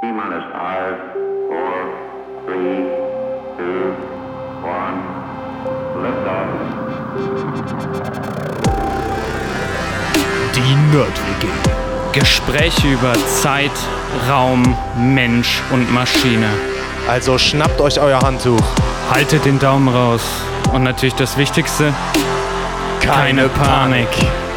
T-minus 5, 4, 3, 2, 1, liftoff. Die Nerd-WG. Gespräche über Zeit, Raum, Mensch und Maschine. Also schnappt euch euer Handtuch. Haltet den Daumen raus. Und natürlich das Wichtigste, keine Panik.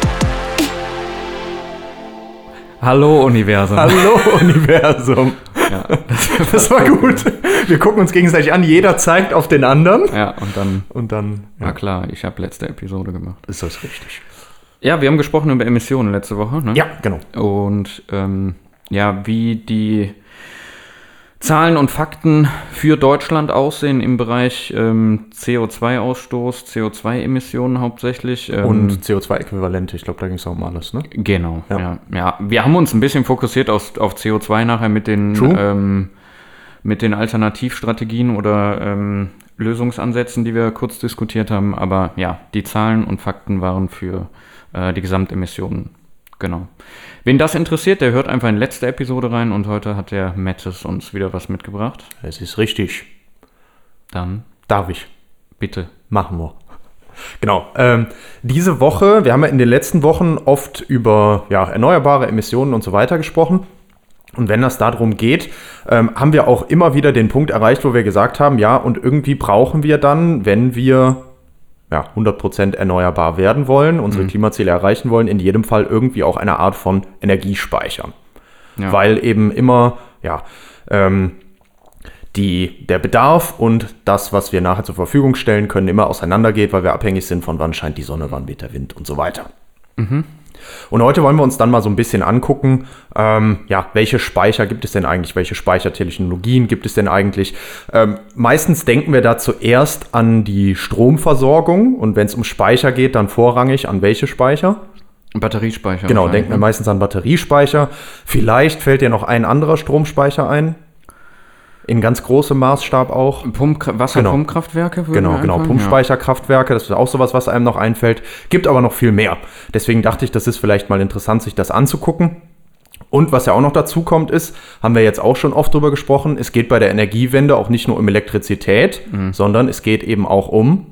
Hallo Universum. Hallo Universum. Ja, das war gut. Wir gucken uns gegenseitig an, jeder zeigt auf den anderen. Ja, und dann. Ja. Na klar, ich habe letzte Episode gemacht. Ist das richtig? Ja, wir haben gesprochen über Emissionen letzte Woche, ne? Ja, genau. Und wie die Zahlen und Fakten für Deutschland aussehen im Bereich CO2-Ausstoß, CO2-Emissionen hauptsächlich. Und CO2-Äquivalente, ich glaube, da ging es auch um alles, ne? Genau, ja. Wir haben uns ein bisschen fokussiert auf CO2 nachher mit den Alternativstrategien oder Lösungsansätzen, die wir kurz diskutiert haben. Aber ja, die Zahlen und Fakten waren für die Gesamtemissionen. Genau. Wen das interessiert, der hört einfach in die letzte Episode rein und heute hat der Mattes uns wieder was mitgebracht. Es ist richtig. Dann darf ich. Bitte. Machen wir. Genau. Diese Woche, wir haben ja in den letzten Wochen oft über erneuerbare Emissionen und so weiter gesprochen. Und wenn das darum geht, haben wir auch immer wieder den Punkt erreicht, wo wir gesagt haben, ja, und irgendwie brauchen wir dann, wenn wir 100% erneuerbar werden wollen, unsere Klimaziele erreichen wollen, in jedem Fall irgendwie auch eine Art von Energiespeicher. Ja. Weil eben immer der Bedarf und das, was wir nachher zur Verfügung stellen können, immer auseinandergeht, weil wir abhängig sind von wann scheint die Sonne, wann weht der Wind und so weiter. Mhm. Und heute wollen wir uns dann mal so ein bisschen angucken, welche Speicher gibt es denn eigentlich, welche Speichertechnologien gibt es denn eigentlich. Meistens denken wir da zuerst an die Stromversorgung und wenn es um Speicher geht, dann vorrangig an welche Speicher? Batteriespeicher. Genau, denken wir meistens an Batteriespeicher. Vielleicht fällt dir noch ein anderer Stromspeicher ein. In ganz großem Maßstab auch. Wasserpumpkraftwerke? Genau, Pumpspeicherkraftwerke, das ist auch sowas, was einem noch einfällt. Gibt aber noch viel mehr. Deswegen dachte ich, das ist vielleicht mal interessant, sich das anzugucken. Und was ja auch noch dazu kommt ist, haben wir jetzt auch schon oft drüber gesprochen, es geht bei der Energiewende auch nicht nur um Elektrizität, sondern es geht eben auch um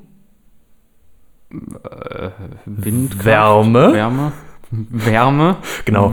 Wärme. Genau.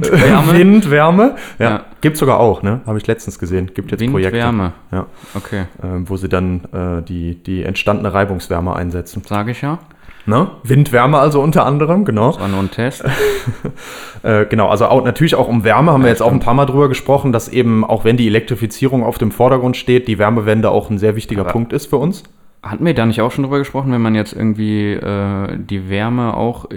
Wärme. Ja. Gibt's sogar auch, ne? Habe ich letztens gesehen. Gibt jetzt Projekte. Wärme. Ja. Okay. Wo sie dann die entstandene Reibungswärme einsetzen. Sage ich ja. Ne? Windwärme also unter anderem, genau. Das war nur ein Test. Genau, also natürlich auch um Wärme haben wir jetzt auch ein paar Mal drüber gesprochen, dass eben, auch wenn die Elektrifizierung auf dem Vordergrund steht, die Wärmewende auch ein sehr wichtiger Punkt ist für uns. Hatten wir da nicht auch schon drüber gesprochen, wenn man jetzt irgendwie die Wärme auch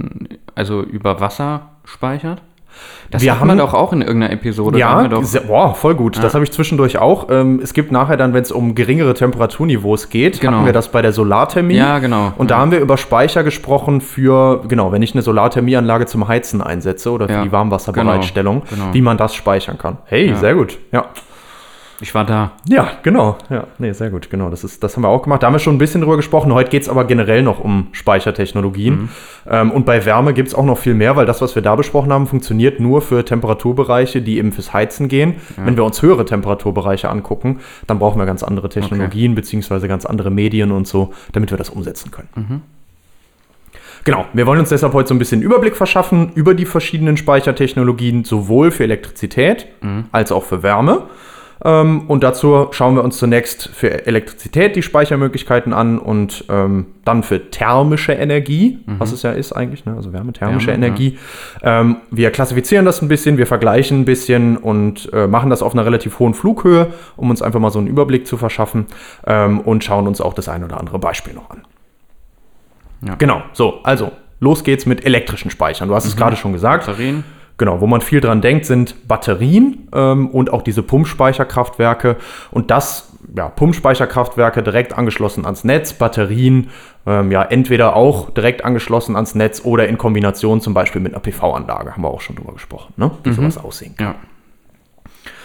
über Wasser speichert? Das hatten wir doch auch in irgendeiner Episode. Ja, voll gut. Ja. Das habe ich zwischendurch auch. Es gibt nachher dann, wenn es um geringere Temperaturniveaus geht, hatten wir das bei der Solarthermie. Ja, genau. Und da haben wir über Speicher gesprochen für, wenn ich eine Solarthermieanlage zum Heizen einsetze oder für die Warmwasserbereitstellung, wie man das speichern kann. Hey, sehr gut. Ja. Ich war da. Ja, genau. Ja, sehr gut. Genau, das haben wir auch gemacht. Da haben wir schon ein bisschen drüber gesprochen. Heute geht es aber generell noch um Speichertechnologien. Und bei Wärme gibt es auch noch viel mehr, weil das, was wir da besprochen haben, funktioniert nur für Temperaturbereiche, die eben fürs Heizen gehen. Ja. Wenn wir uns höhere Temperaturbereiche angucken, dann brauchen wir ganz andere Technologien beziehungsweise ganz andere Medien und so, damit wir das umsetzen können. Mhm. Genau, wir wollen uns deshalb heute so ein bisschen Überblick verschaffen über die verschiedenen Speichertechnologien, sowohl für Elektrizität als auch für Wärme. Und dazu schauen wir uns zunächst für Elektrizität die Speichermöglichkeiten an und dann für thermische Energie, was es ja ist eigentlich, ne? Also thermische Energie. Ja. Wir klassifizieren das ein bisschen, wir vergleichen ein bisschen und machen das auf einer relativ hohen Flughöhe, um uns einfach mal so einen Überblick zu verschaffen und schauen uns auch das ein oder andere Beispiel noch an. Ja. Genau, so, also los geht's mit elektrischen Speichern. Du hast es gerade schon gesagt. Batterien. Genau, wo man viel dran denkt, sind Batterien und auch diese Pumpspeicherkraftwerke. Und Pumpspeicherkraftwerke direkt angeschlossen ans Netz, Batterien entweder auch direkt angeschlossen ans Netz oder in Kombination zum Beispiel mit einer PV-Anlage. Haben wir auch schon drüber gesprochen, ne? Wie sowas aussehen kann. Ja.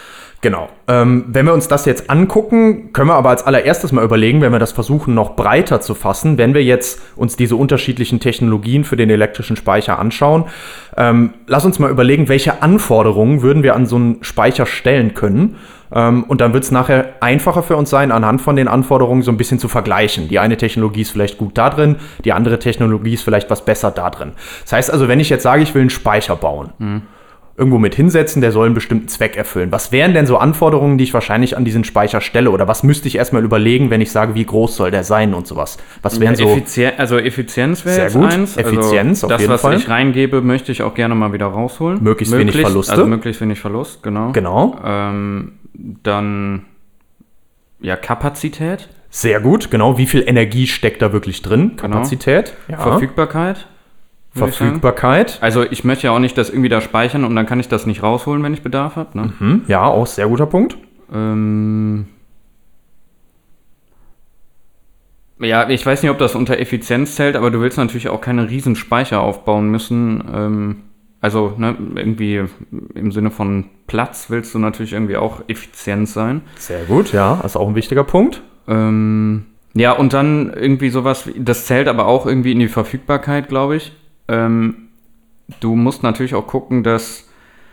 Genau. Wenn wir uns das jetzt angucken, können wir aber als allererstes mal überlegen, wenn wir das versuchen, noch breiter zu fassen, wenn wir jetzt uns diese unterschiedlichen Technologien für den elektrischen Speicher anschauen, lass uns mal überlegen, welche Anforderungen würden wir an so einen Speicher stellen können. Und dann wird es nachher einfacher für uns sein, anhand von den Anforderungen so ein bisschen zu vergleichen. Die eine Technologie ist vielleicht gut da drin, die andere Technologie ist vielleicht was besser da drin. Das heißt also, wenn ich jetzt sage, ich will einen Speicher bauen, irgendwo mit hinsetzen, der soll einen bestimmten Zweck erfüllen. Was wären denn so Anforderungen, die ich wahrscheinlich an diesen Speicher stelle? Oder was müsste ich erstmal überlegen, wenn ich sage, wie groß soll der sein und sowas? Was wären so... Effizienz wäre jetzt gut. Eins. Effizienz, also auf jeden Fall. Das, was ich reingebe, möchte ich auch gerne mal wieder rausholen. Möglichst wenig Verluste. Also möglichst wenig Verlust, genau. Genau. Dann, ja, Kapazität. Sehr gut, genau. Wie viel Energie steckt da wirklich drin? Kapazität. Ja. Verfügbarkeit. Verfügbarkeit. Also ich möchte ja auch nicht das irgendwie da speichern und dann kann ich das nicht rausholen, wenn ich Bedarf habe. Ne? Ja, auch sehr guter Punkt. Ja, ich weiß nicht, ob das unter Effizienz zählt, aber du willst natürlich auch keine riesen Speicher aufbauen müssen. Also ne, irgendwie im Sinne von Platz willst du natürlich irgendwie auch effizient sein. Sehr gut, ja, das ist auch ein wichtiger Punkt. Ja, und dann irgendwie sowas, das zählt aber auch irgendwie in die Verfügbarkeit, glaube ich. Du musst natürlich auch gucken, dass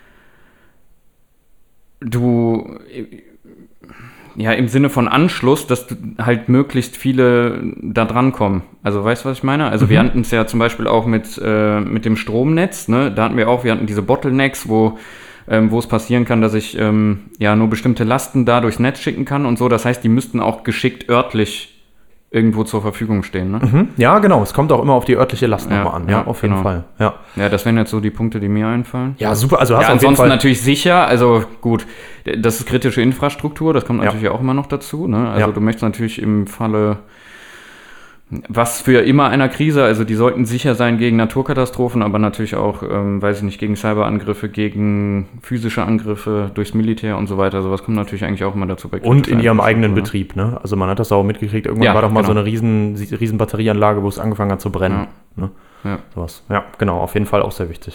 du ja im Sinne von Anschluss, dass halt möglichst viele da dran kommen. Also weißt du, was ich meine? Also wir hatten es ja zum Beispiel auch mit dem Stromnetz, ne? Da wir hatten diese Bottlenecks, wo es passieren kann, dass ich nur bestimmte Lasten da durchs Netz schicken kann und so. Das heißt, die müssten auch geschickt örtlich irgendwo zur Verfügung stehen, ne? Ja, genau. Es kommt auch immer auf die örtliche Last nochmal an. Ja, auf jeden Fall. Ja, das wären jetzt so die Punkte, die mir einfallen. Ja, super. Also hast du auf jeden ansonsten Fall natürlich sicher. Also gut, das ist kritische Infrastruktur. Das kommt natürlich auch immer noch dazu, ne? Also du möchtest natürlich im Falle was für immer einer Krise, also die sollten sicher sein gegen Naturkatastrophen, aber natürlich auch, weiß ich nicht, gegen Cyberangriffe, gegen physische Angriffe durchs Militär und so weiter. Sowas kommt natürlich eigentlich auch immer dazu. Und in ihrem eigenen Betrieb, ne? Also man hat das auch mitgekriegt, irgendwann war doch mal so eine riesen Batterieanlage, wo es angefangen hat zu brennen. Ja. Ne? Ja. Sowas. Ja, genau, auf jeden Fall auch sehr wichtig,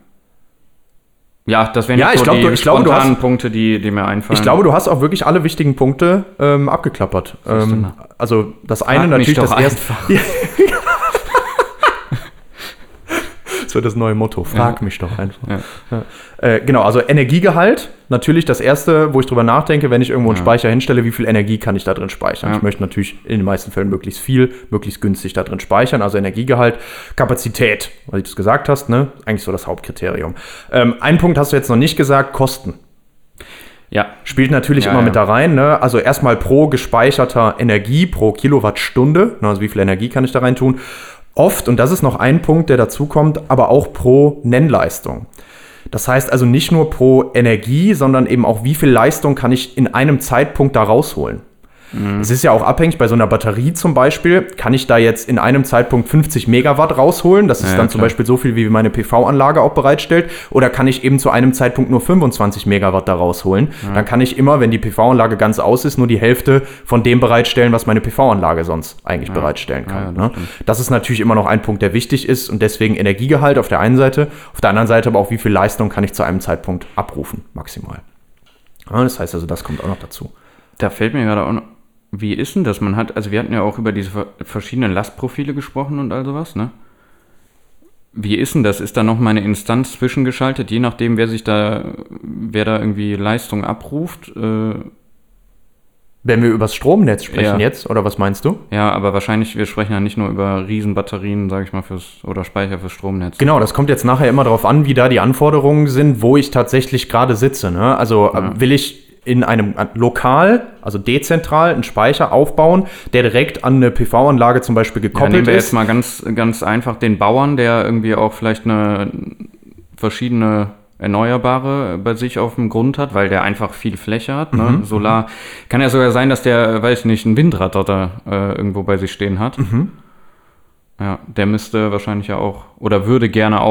Ja, das wären jetzt die spontanen Punkte, die mir einfallen. Ich glaube, du hast auch wirklich alle wichtigen Punkte abgeklappert. Also das eine natürlich das erste. Das wird das neue Motto. Frag mich doch einfach. Ja. Genau, also Energiegehalt. Natürlich das erste, wo ich drüber nachdenke, wenn ich irgendwo einen Speicher hinstelle, wie viel Energie kann ich da drin speichern? Ich möchte natürlich in den meisten Fällen möglichst viel, möglichst günstig da drin speichern. Also Energiegehalt, Kapazität, weil du das gesagt hast, ne? Eigentlich so das Hauptkriterium. Einen Punkt hast du jetzt noch nicht gesagt, Kosten. Ja. Spielt natürlich immer mit da rein, ne? Also erstmal pro gespeicherter Energie, pro Kilowattstunde, also wie viel Energie kann ich da rein tun? Oft, und das ist noch ein Punkt, der dazu kommt, aber auch pro Nennleistung. Das heißt also nicht nur pro Energie, sondern eben auch, wie viel Leistung kann ich in einem Zeitpunkt da rausholen. Es ist ja auch abhängig, bei so einer Batterie zum Beispiel, kann ich da jetzt in einem Zeitpunkt 50 Megawatt rausholen, das ist dann zum Beispiel so viel, wie meine PV-Anlage auch bereitstellt, oder kann ich eben zu einem Zeitpunkt nur 25 Megawatt da rausholen. Dann kann ich immer, wenn die PV-Anlage ganz aus ist, nur die Hälfte von dem bereitstellen, was meine PV-Anlage sonst eigentlich bereitstellen kann. Ne? Das ist natürlich immer noch ein Punkt, der wichtig ist, und deswegen Energiegehalt auf der einen Seite, auf der anderen Seite aber auch, wie viel Leistung kann ich zu einem Zeitpunkt abrufen, maximal. Das heißt also, das kommt auch noch dazu. Da fällt mir gerade auch noch, wie ist denn das? Also wir hatten ja auch über diese verschiedenen Lastprofile gesprochen und all sowas, ne? Wie ist denn das? Ist da noch mal eine Instanz zwischengeschaltet, je nachdem, wer da irgendwie Leistung abruft? Wenn wir über das Stromnetz sprechen jetzt, oder was meinst du? Ja, aber wahrscheinlich, wir sprechen ja nicht nur über Riesenbatterien, sage ich mal, oder Speicher fürs Stromnetz. Genau, das kommt jetzt nachher immer darauf an, wie da die Anforderungen sind, wo ich tatsächlich gerade sitze, ne? Also will ich in einem lokal, also dezentral, einen Speicher aufbauen, der direkt an eine PV-Anlage zum Beispiel gekoppelt ist. Nehmen wir jetzt mal ganz einfach den Bauern, der irgendwie auch vielleicht eine verschiedene Erneuerbare bei sich auf dem Grund hat, weil der einfach viel Fläche hat. Ne? Solar. Kann ja sogar sein, dass der, weiß ich nicht, ein Windrad da irgendwo bei sich stehen hat. Ja, der müsste wahrscheinlich ja auch, oder würde gerne auch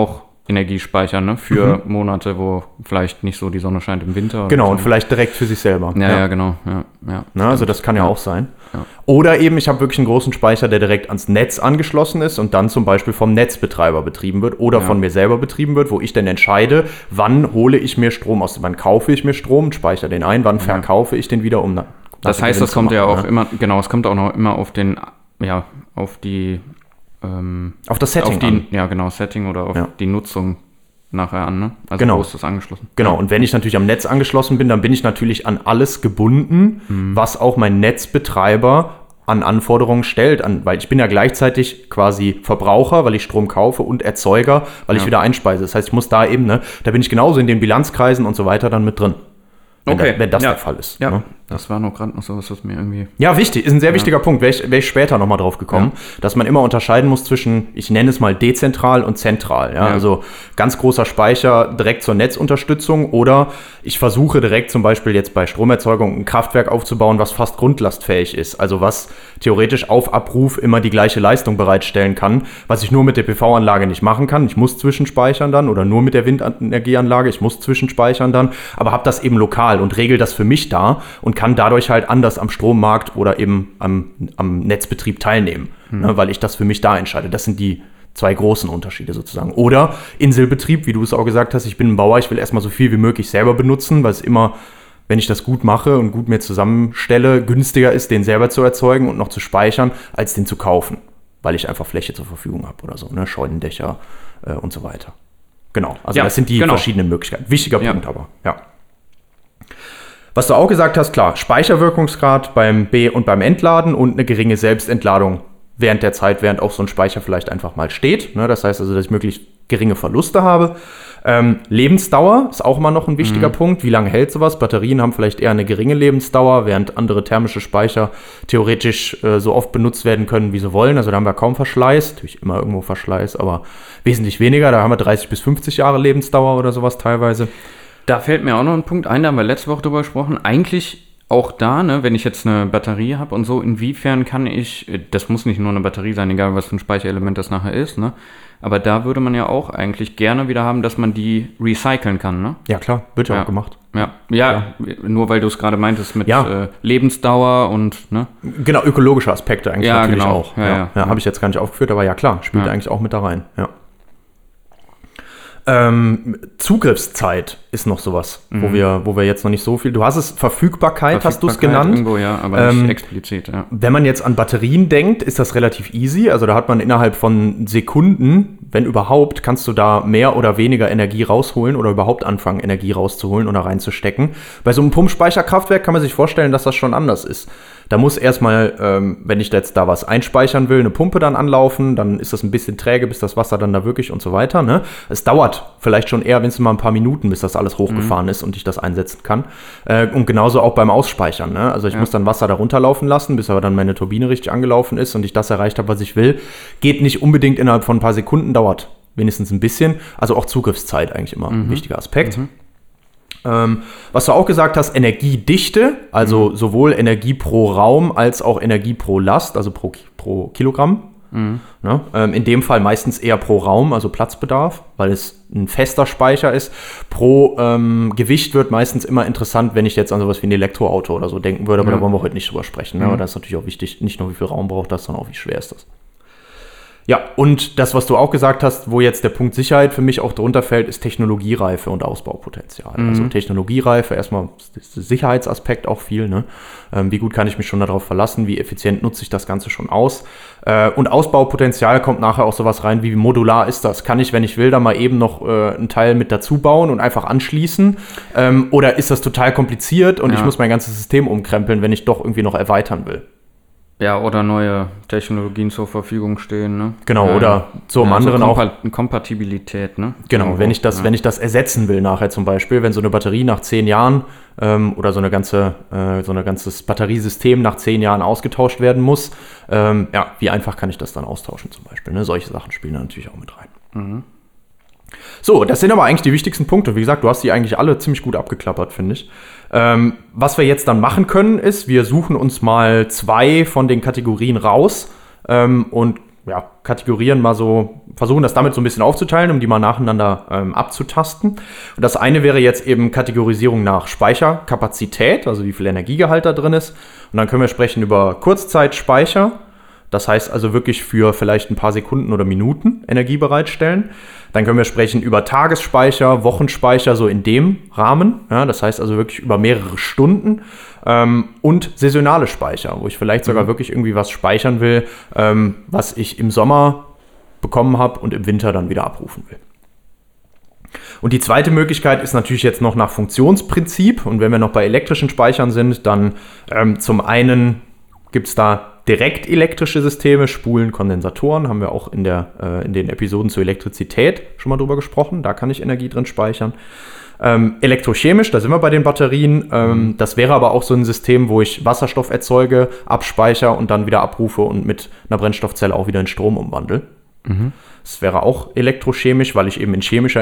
Energiespeicher, ne? Für Monate, wo vielleicht nicht so die Sonne scheint im Winter. Genau, so. und vielleicht direkt für sich selber. Ja, genau. Ja. Na, also das kann ja auch sein. Ja. Oder eben, ich habe wirklich einen großen Speicher, der direkt ans Netz angeschlossen ist und dann zum Beispiel vom Netzbetreiber betrieben wird oder von mir selber betrieben wird, wo ich dann entscheide, wann hole ich mir Strom aus, wann kaufe ich mir Strom, speichere den ein, wann verkaufe ich den wieder, um das heißt, das kommt ja auch immer, genau, es kommt auch noch immer auf den, auf die auf das Setting an. Ja, genau, Setting oder auf die Nutzung nachher an, ne? Also genau. Wo ist das angeschlossen? Genau, und wenn ich natürlich am Netz angeschlossen bin, dann bin ich natürlich an alles gebunden, was auch mein Netzbetreiber an Anforderungen stellt, weil ich bin ja gleichzeitig quasi Verbraucher, weil ich Strom kaufe und Erzeuger, weil ich wieder einspeise. Das heißt, ich muss da eben, da bin ich genauso in den Bilanzkreisen und so weiter dann mit drin. Wenn das der Fall ist. Ja, ne? das war noch gerade noch so, was mir irgendwie... Ja, wichtig, ist ein sehr wichtiger Punkt, wäre ich später nochmal drauf gekommen, dass man immer unterscheiden muss zwischen, ich nenne es mal dezentral und zentral. Ja? Also ganz großer Speicher direkt zur Netzunterstützung oder ich versuche direkt zum Beispiel jetzt bei Stromerzeugung ein Kraftwerk aufzubauen, was fast grundlastfähig ist, also was theoretisch auf Abruf immer die gleiche Leistung bereitstellen kann, was ich nur mit der PV-Anlage nicht machen kann. Ich muss zwischenspeichern dann oder nur mit der Windenergieanlage, ich muss zwischenspeichern dann, aber habe das eben lokal und regel das für mich da und kann dadurch halt anders am Strommarkt oder eben am Netzbetrieb teilnehmen, ne, weil ich das für mich da entscheide. Das sind die zwei großen Unterschiede sozusagen. Oder Inselbetrieb, wie du es auch gesagt hast, ich bin ein Bauer, ich will erstmal so viel wie möglich selber benutzen, weil es immer, wenn ich das gut mache und gut mir zusammenstelle, günstiger ist, den selber zu erzeugen und noch zu speichern, als den zu kaufen, weil ich einfach Fläche zur Verfügung habe oder so, ne, Scheunendächer und so weiter. Genau, also das sind die verschiedenen Möglichkeiten. Wichtiger Punkt aber, Was du auch gesagt hast, klar, Speicherwirkungsgrad beim Be- und beim Entladen und eine geringe Selbstentladung während der Zeit, während auch so ein Speicher vielleicht einfach mal steht. Ne? Das heißt also, dass ich möglichst geringe Verluste habe. Lebensdauer ist auch immer noch ein wichtiger Punkt. Wie lange hält sowas? Batterien haben vielleicht eher eine geringe Lebensdauer, während andere thermische Speicher theoretisch so oft benutzt werden können, wie sie wollen. Also da haben wir kaum Verschleiß. Natürlich immer irgendwo Verschleiß, aber wesentlich weniger. Da haben wir 30 bis 50 Jahre Lebensdauer oder sowas teilweise. Da fällt mir auch noch ein Punkt ein, da haben wir letzte Woche drüber gesprochen. Eigentlich auch da, ne, wenn ich jetzt eine Batterie habe und so, inwiefern kann ich, das muss nicht nur eine Batterie sein, egal was für ein Speicherelement das nachher ist, ne? Aber da würde man ja auch eigentlich gerne wieder haben, dass man die recyceln kann, ne? Ja, klar, wird ja auch gemacht. Ja, nur weil du es gerade meintest mit Lebensdauer und, ne? Genau, ökologische Aspekte eigentlich natürlich auch. Ja, habe ich jetzt gar nicht aufgeführt, aber ja klar, spielt eigentlich auch mit da rein, Zugriffszeit ist noch sowas, wo wir jetzt noch nicht so viel. Du hast es, Verfügbarkeit hast du es genannt. Irgendwo, ja, aber nicht explizit, ja. Wenn man jetzt an Batterien denkt, ist das relativ easy. Also da hat man innerhalb von Sekunden, wenn überhaupt, kannst du da mehr oder weniger Energie rausholen oder überhaupt anfangen, Energie rauszuholen oder reinzustecken. Bei so einem Pumpspeicherkraftwerk kann man sich vorstellen, dass das schon anders ist. Da muss erstmal, wenn ich jetzt da was einspeichern will, eine Pumpe dann anlaufen, dann ist das ein bisschen träge, bis das Wasser dann da wirklich und so weiter. Ne? Es dauert vielleicht schon eher, wenn es mal ein paar Minuten, bis das alles hochgefahren ist und ich das einsetzen kann. Und genauso auch beim Ausspeichern. Ne? Also ich muss dann Wasser da runterlaufen lassen, bis aber dann meine Turbine richtig angelaufen ist und ich das erreicht habe, was ich will. Geht nicht unbedingt innerhalb von ein paar Sekunden, dauert wenigstens ein bisschen. Also auch Zugriffszeit eigentlich immer ein wichtiger Aspekt. Was du auch gesagt hast, Energiedichte, also sowohl Energie pro Raum als auch Energie pro Last, also pro Kilogramm. Ne? In dem Fall meistens eher pro Raum, also Platzbedarf, weil es ein fester Speicher ist. Pro Gewicht wird meistens immer interessant, wenn ich jetzt an sowas wie ein Elektroauto oder so denken würde, aber da wollen wir heute nicht drüber sprechen. Ne? Aber da ist natürlich auch wichtig, nicht nur wie viel Raum braucht das, sondern auch wie schwer ist das. Ja, und das, was du auch gesagt hast, wo jetzt der Punkt Sicherheit für mich auch drunter fällt, ist Technologiereife und Ausbaupotenzial. Also Technologiereife, erstmal ist der Sicherheitsaspekt auch viel. Ne? Wie gut kann ich mich schon darauf verlassen, wie effizient nutze ich das Ganze schon aus. Und Ausbaupotenzial kommt nachher auch sowas rein, wie modular ist das? Kann ich, wenn ich will, da mal eben noch einen Teil mit dazu bauen und einfach anschließen? Oder ist das total kompliziert und ich muss mein ganzes System umkrempeln, wenn ich doch irgendwie noch erweitern will? Ja, oder neue Technologien zur Verfügung stehen, ne? Genau, oder zum anderen auch Kompatibilität, ne? Genau, wenn ich das ersetzen will nachher zum Beispiel, wenn so eine Batterie nach 10 Jahren oder so ein ganzes Batteriesystem nach 10 Jahren ausgetauscht werden muss, wie einfach kann ich das dann austauschen zum Beispiel, ne? Solche Sachen spielen da natürlich auch mit rein. So, das sind aber eigentlich die wichtigsten Punkte. Wie gesagt, du hast die eigentlich alle ziemlich gut abgeklappert, finde ich. Was wir jetzt dann machen können, ist, wir suchen uns mal 2 von den Kategorien raus und Kategorien mal so, versuchen das damit so ein bisschen aufzuteilen, um die mal nacheinander abzutasten. Und das eine wäre jetzt eben Kategorisierung nach Speicherkapazität, also wie viel Energiegehalt da drin ist. Und dann können wir sprechen über Kurzzeitspeicher. Das heißt also wirklich für vielleicht ein paar Sekunden oder Minuten Energie bereitstellen. Dann können wir sprechen über Tagesspeicher, Wochenspeicher, so in dem Rahmen. Ja, das heißt also wirklich über mehrere Stunden. Und saisonale Speicher, wo ich vielleicht sogar wirklich irgendwie was speichern will, was ich im Sommer bekommen habe und im Winter dann wieder abrufen will. Und die zweite Möglichkeit ist natürlich jetzt noch nach Funktionsprinzip. Und wenn wir noch bei elektrischen Speichern sind, dann zum einen gibt es da direkt elektrische Systeme, Spulen, Kondensatoren, haben wir auch in den Episoden zur Elektrizität schon mal drüber gesprochen. Da kann ich Energie drin speichern. Elektrochemisch, da sind wir bei den Batterien. Das wäre aber auch so ein System, wo ich Wasserstoff erzeuge, abspeichere und dann wieder abrufe und mit einer Brennstoffzelle auch wieder in Strom umwandle. Das wäre auch elektrochemisch, weil ich eben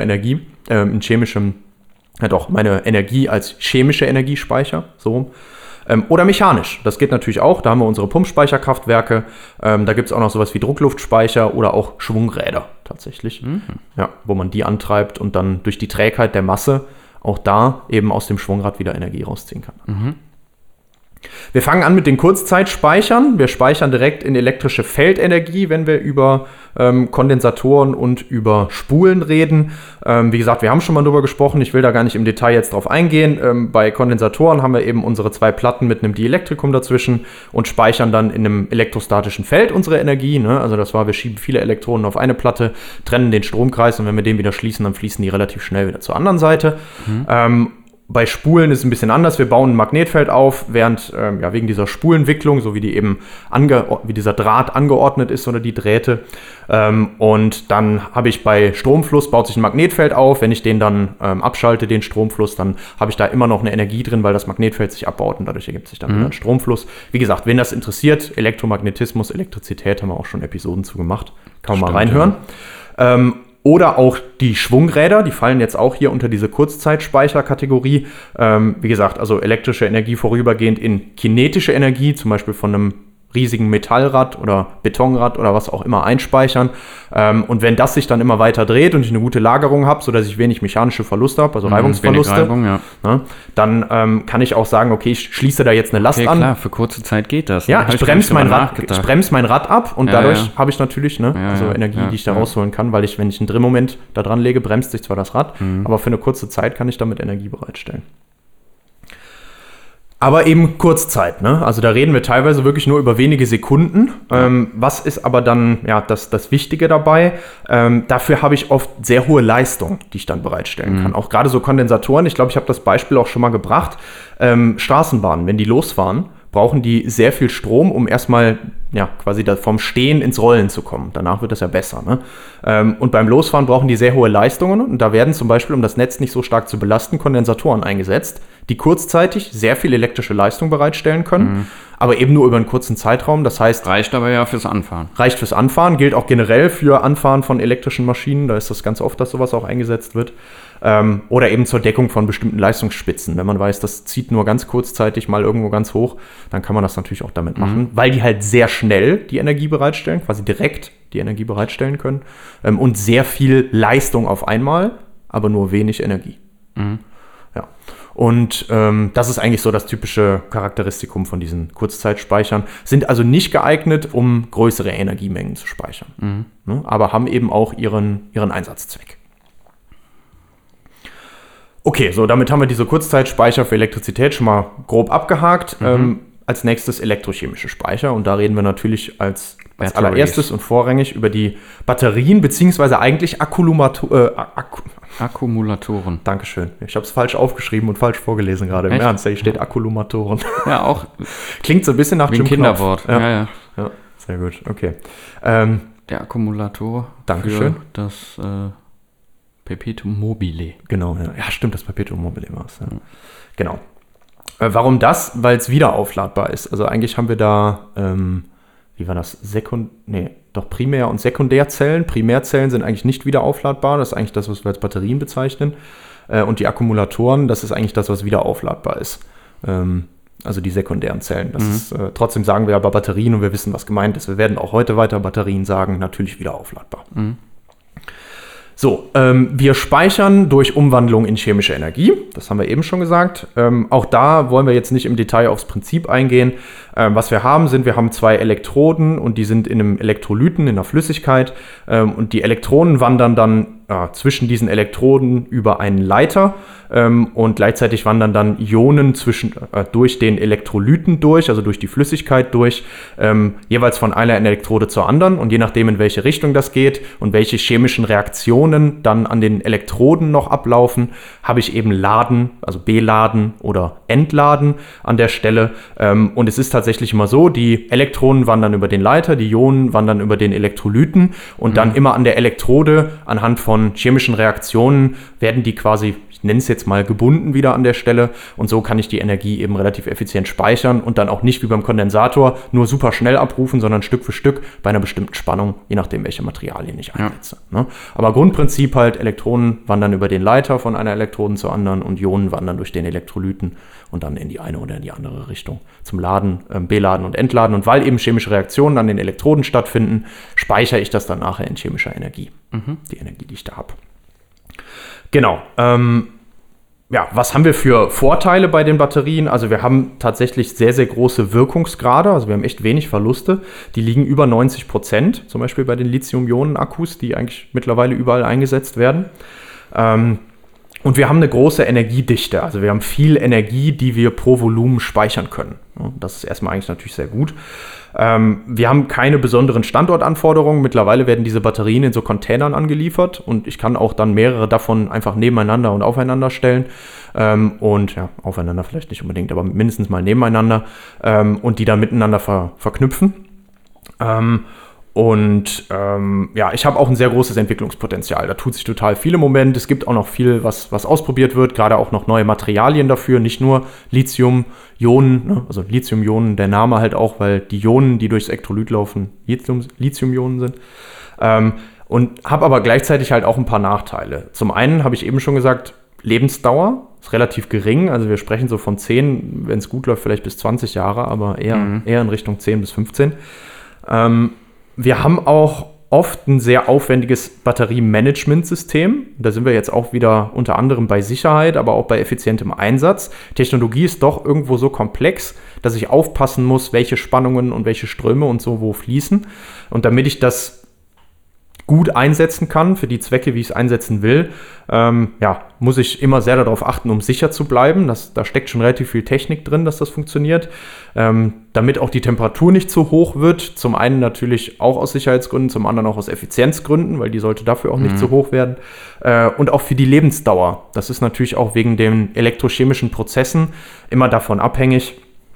meine Energie als chemische Energie speichere, so rum. Oder mechanisch, das geht natürlich auch, da haben wir unsere Pumpspeicherkraftwerke, da gibt es auch noch sowas wie Druckluftspeicher oder auch Schwungräder tatsächlich, ja, wo man die antreibt und dann durch die Trägheit der Masse auch da eben aus dem Schwungrad wieder Energie rausziehen kann. Wir fangen an mit den Kurzzeitspeichern. Wir speichern direkt in elektrische Feldenergie, wenn wir über Kondensatoren und über Spulen reden. Wie gesagt, wir haben schon mal drüber gesprochen. Ich will da gar nicht im Detail jetzt drauf eingehen. Bei Kondensatoren haben wir eben unsere 2 Platten mit einem Dielektrikum dazwischen und speichern dann in einem elektrostatischen Feld unsere Energie. Ne? Also wir schieben viele Elektronen auf eine Platte, trennen den Stromkreis und wenn wir den wieder schließen, dann fließen die relativ schnell wieder zur anderen Seite. Bei Spulen ist es ein bisschen anders. Wir bauen ein Magnetfeld auf, während wegen dieser Spulenwicklung, so wie die eben wie dieser Draht angeordnet ist oder die Drähte. Und dann habe ich bei Stromfluss, baut sich ein Magnetfeld auf. Wenn ich den dann abschalte, den Stromfluss, dann habe ich da immer noch eine Energie drin, weil das Magnetfeld sich abbaut und dadurch ergibt sich dann wieder ein Stromfluss. Wie gesagt, wen das interessiert, Elektromagnetismus, Elektrizität, haben wir auch schon Episoden zu gemacht. Kann man mal reinhören. Ja. Oder auch die Schwungräder, die fallen jetzt auch hier unter diese Kurzzeitspeicherkategorie. Wie gesagt, also elektrische Energie vorübergehend in kinetische Energie, zum Beispiel von einem riesigen Metallrad oder Betonrad oder was auch immer einspeichern. Und wenn das sich dann immer weiter dreht und ich eine gute Lagerung habe, sodass ich wenig mechanische Verluste habe, also Reibungsverluste, Reibung, ja. Dann kann ich auch sagen, okay, ich schließe da jetzt eine Last an. Klar, für kurze Zeit geht das. Ja, ich bremse mein Rad ab und dadurch habe ich natürlich Energie, die ich da rausholen kann, weil wenn ich einen Drehmoment da dran lege, bremst sich zwar das Rad, aber für eine kurze Zeit kann ich damit Energie bereitstellen. Aber eben Kurzzeit, ne? Also da reden wir teilweise wirklich nur über wenige Sekunden. Was ist aber dann das Wichtige dabei? Dafür habe ich oft sehr hohe Leistung, die ich dann bereitstellen kann. Auch gerade so Kondensatoren, ich glaube, ich habe das Beispiel auch schon mal gebracht. Straßenbahnen, wenn die losfahren, brauchen die sehr viel Strom, um erstmal quasi vom Stehen ins Rollen zu kommen. Danach wird das ja besser. Ne? Und beim Losfahren brauchen die sehr hohe Leistungen und da werden zum Beispiel, um das Netz nicht so stark zu belasten, Kondensatoren eingesetzt, die kurzzeitig sehr viel elektrische Leistung bereitstellen können, aber eben nur über einen kurzen Zeitraum. Das heißt, reicht aber ja fürs Anfahren. Reicht fürs Anfahren, gilt auch generell für Anfahren von elektrischen Maschinen. Da ist das ganz oft, dass sowas auch eingesetzt wird. Oder eben zur Deckung von bestimmten Leistungsspitzen. Wenn man weiß, das zieht nur ganz kurzzeitig mal irgendwo ganz hoch, dann kann man das natürlich auch damit machen, weil die halt sehr schnell die Energie bereitstellen, quasi direkt die Energie bereitstellen können und sehr viel Leistung auf einmal, aber nur wenig Energie. Ja. Und das ist eigentlich so das typische Charakteristikum von diesen Kurzzeitspeichern. Sind also nicht geeignet, um größere Energiemengen zu speichern, ne? Aber haben eben auch ihren Einsatzzweck. Okay, so damit haben wir diese Kurzzeitspeicher für Elektrizität schon mal grob abgehakt. Als nächstes elektrochemische Speicher und da reden wir natürlich als allererstes und vorrangig über die Batterien beziehungsweise eigentlich Akkumulatoren. Dankeschön. Ich habe es falsch aufgeschrieben und falsch vorgelesen gerade. Im Ernst, hier steht Akkumulatoren. Ja, auch. Klingt so ein bisschen nach Jim Kinderwort. Ja, sehr gut, okay. Der Akkumulator. Dankeschön. Für das Perpetuum mobile. Genau, ja, stimmt, das Perpetuum mobile war es. Ja. Genau. Warum das? Weil es wieder aufladbar ist. Also eigentlich haben wir da, wie war das? Primär- und Sekundärzellen. Primärzellen sind eigentlich nicht wieder aufladbar. Das ist eigentlich das, was wir als Batterien bezeichnen. Und die Akkumulatoren, das ist eigentlich das, was wieder aufladbar ist. also die sekundären Zellen. Das ist, trotzdem sagen wir aber Batterien und wir wissen, was gemeint ist. Wir werden auch heute weiter Batterien sagen, natürlich wieder aufladbar. So, wir speichern durch Umwandlung in chemische Energie. Das haben wir eben schon gesagt. Auch da wollen wir jetzt nicht im Detail aufs Prinzip eingehen. Was wir haben, wir haben 2 Elektroden und die sind in einem Elektrolyten, in einer Flüssigkeit. Und die Elektronen wandern dann zwischen diesen Elektroden über einen Leiter und gleichzeitig wandern dann Ionen durch den Elektrolyten durch, also durch die Flüssigkeit durch, jeweils von einer Elektrode zur anderen. Und je nachdem, in welche Richtung das geht und welche chemischen Reaktionen dann an den Elektroden noch ablaufen, habe ich eben Laden, also Beladen oder Entladen an der Stelle. Und es ist tatsächlich immer so, die Elektronen wandern über den Leiter, die Ionen wandern über den Elektrolyten und dann immer an der Elektrode anhand von chemischen Reaktionen werden die quasi, ich nenne es jetzt mal, gebunden wieder an der Stelle und so kann ich die Energie eben relativ effizient speichern und dann auch nicht wie beim Kondensator nur super schnell abrufen, sondern Stück für Stück bei einer bestimmten Spannung, je nachdem, welche Materialien ich einsetze. Ne? Aber Grundprinzip halt, Elektronen wandern über den Leiter von einer Elektroden zur anderen und Ionen wandern durch den Elektrolyten und dann in die eine oder in die andere Richtung zum Laden, Beladen und Entladen. Und weil eben chemische Reaktionen an den Elektroden stattfinden, speichere ich das dann nachher in chemischer Energie. Die Energie, die ich da habe. Genau. Was haben wir für Vorteile bei den Batterien? Also wir haben tatsächlich sehr, sehr große Wirkungsgrade. Also wir haben echt wenig Verluste. Die liegen über 90%, zum Beispiel bei den Lithium-Ionen-Akkus, die eigentlich mittlerweile überall eingesetzt werden. Und wir haben eine große Energiedichte. Also wir haben viel Energie, die wir pro Volumen speichern können. Das ist erstmal eigentlich natürlich sehr gut. Wir haben keine besonderen Standortanforderungen. Mittlerweile werden diese Batterien in so Containern angeliefert und ich kann auch dann mehrere davon einfach nebeneinander und aufeinander stellen. Aufeinander vielleicht nicht unbedingt, aber mindestens mal nebeneinander und die dann miteinander verknüpfen. Ich habe auch ein sehr großes Entwicklungspotenzial. Da tut sich total viel im Moment. Es gibt auch noch viel, was ausprobiert wird, gerade auch noch neue Materialien dafür, nicht nur Lithium-Ionen, ne? Also Lithium-Ionen, der Name halt auch, weil die Ionen, die durchs Elektrolyt laufen, Lithium-Ionen sind. Und habe aber gleichzeitig halt auch ein paar Nachteile. Zum einen habe ich eben schon gesagt, Lebensdauer ist relativ gering. Also wir sprechen so von 10, wenn es gut läuft, vielleicht bis 20 Jahre, aber eher in Richtung 10 bis 15. Wir haben auch oft ein sehr aufwendiges Batteriemanagementsystem. Da sind wir jetzt auch wieder unter anderem bei Sicherheit, aber auch bei effizientem Einsatz. Technologie ist doch irgendwo so komplex, dass ich aufpassen muss, welche Spannungen und welche Ströme und so wo fließen. Und damit ich das gut einsetzen kann für die Zwecke, wie ich es einsetzen will, muss ich immer sehr darauf achten, um sicher zu bleiben. Da steckt schon relativ viel Technik drin, dass das funktioniert. Damit auch die Temperatur nicht zu hoch wird. Zum einen natürlich auch aus Sicherheitsgründen, zum anderen auch aus Effizienzgründen, weil die sollte dafür auch nicht zu hoch werden. Und auch für die Lebensdauer. Das ist natürlich auch wegen den elektrochemischen Prozessen immer davon abhängig,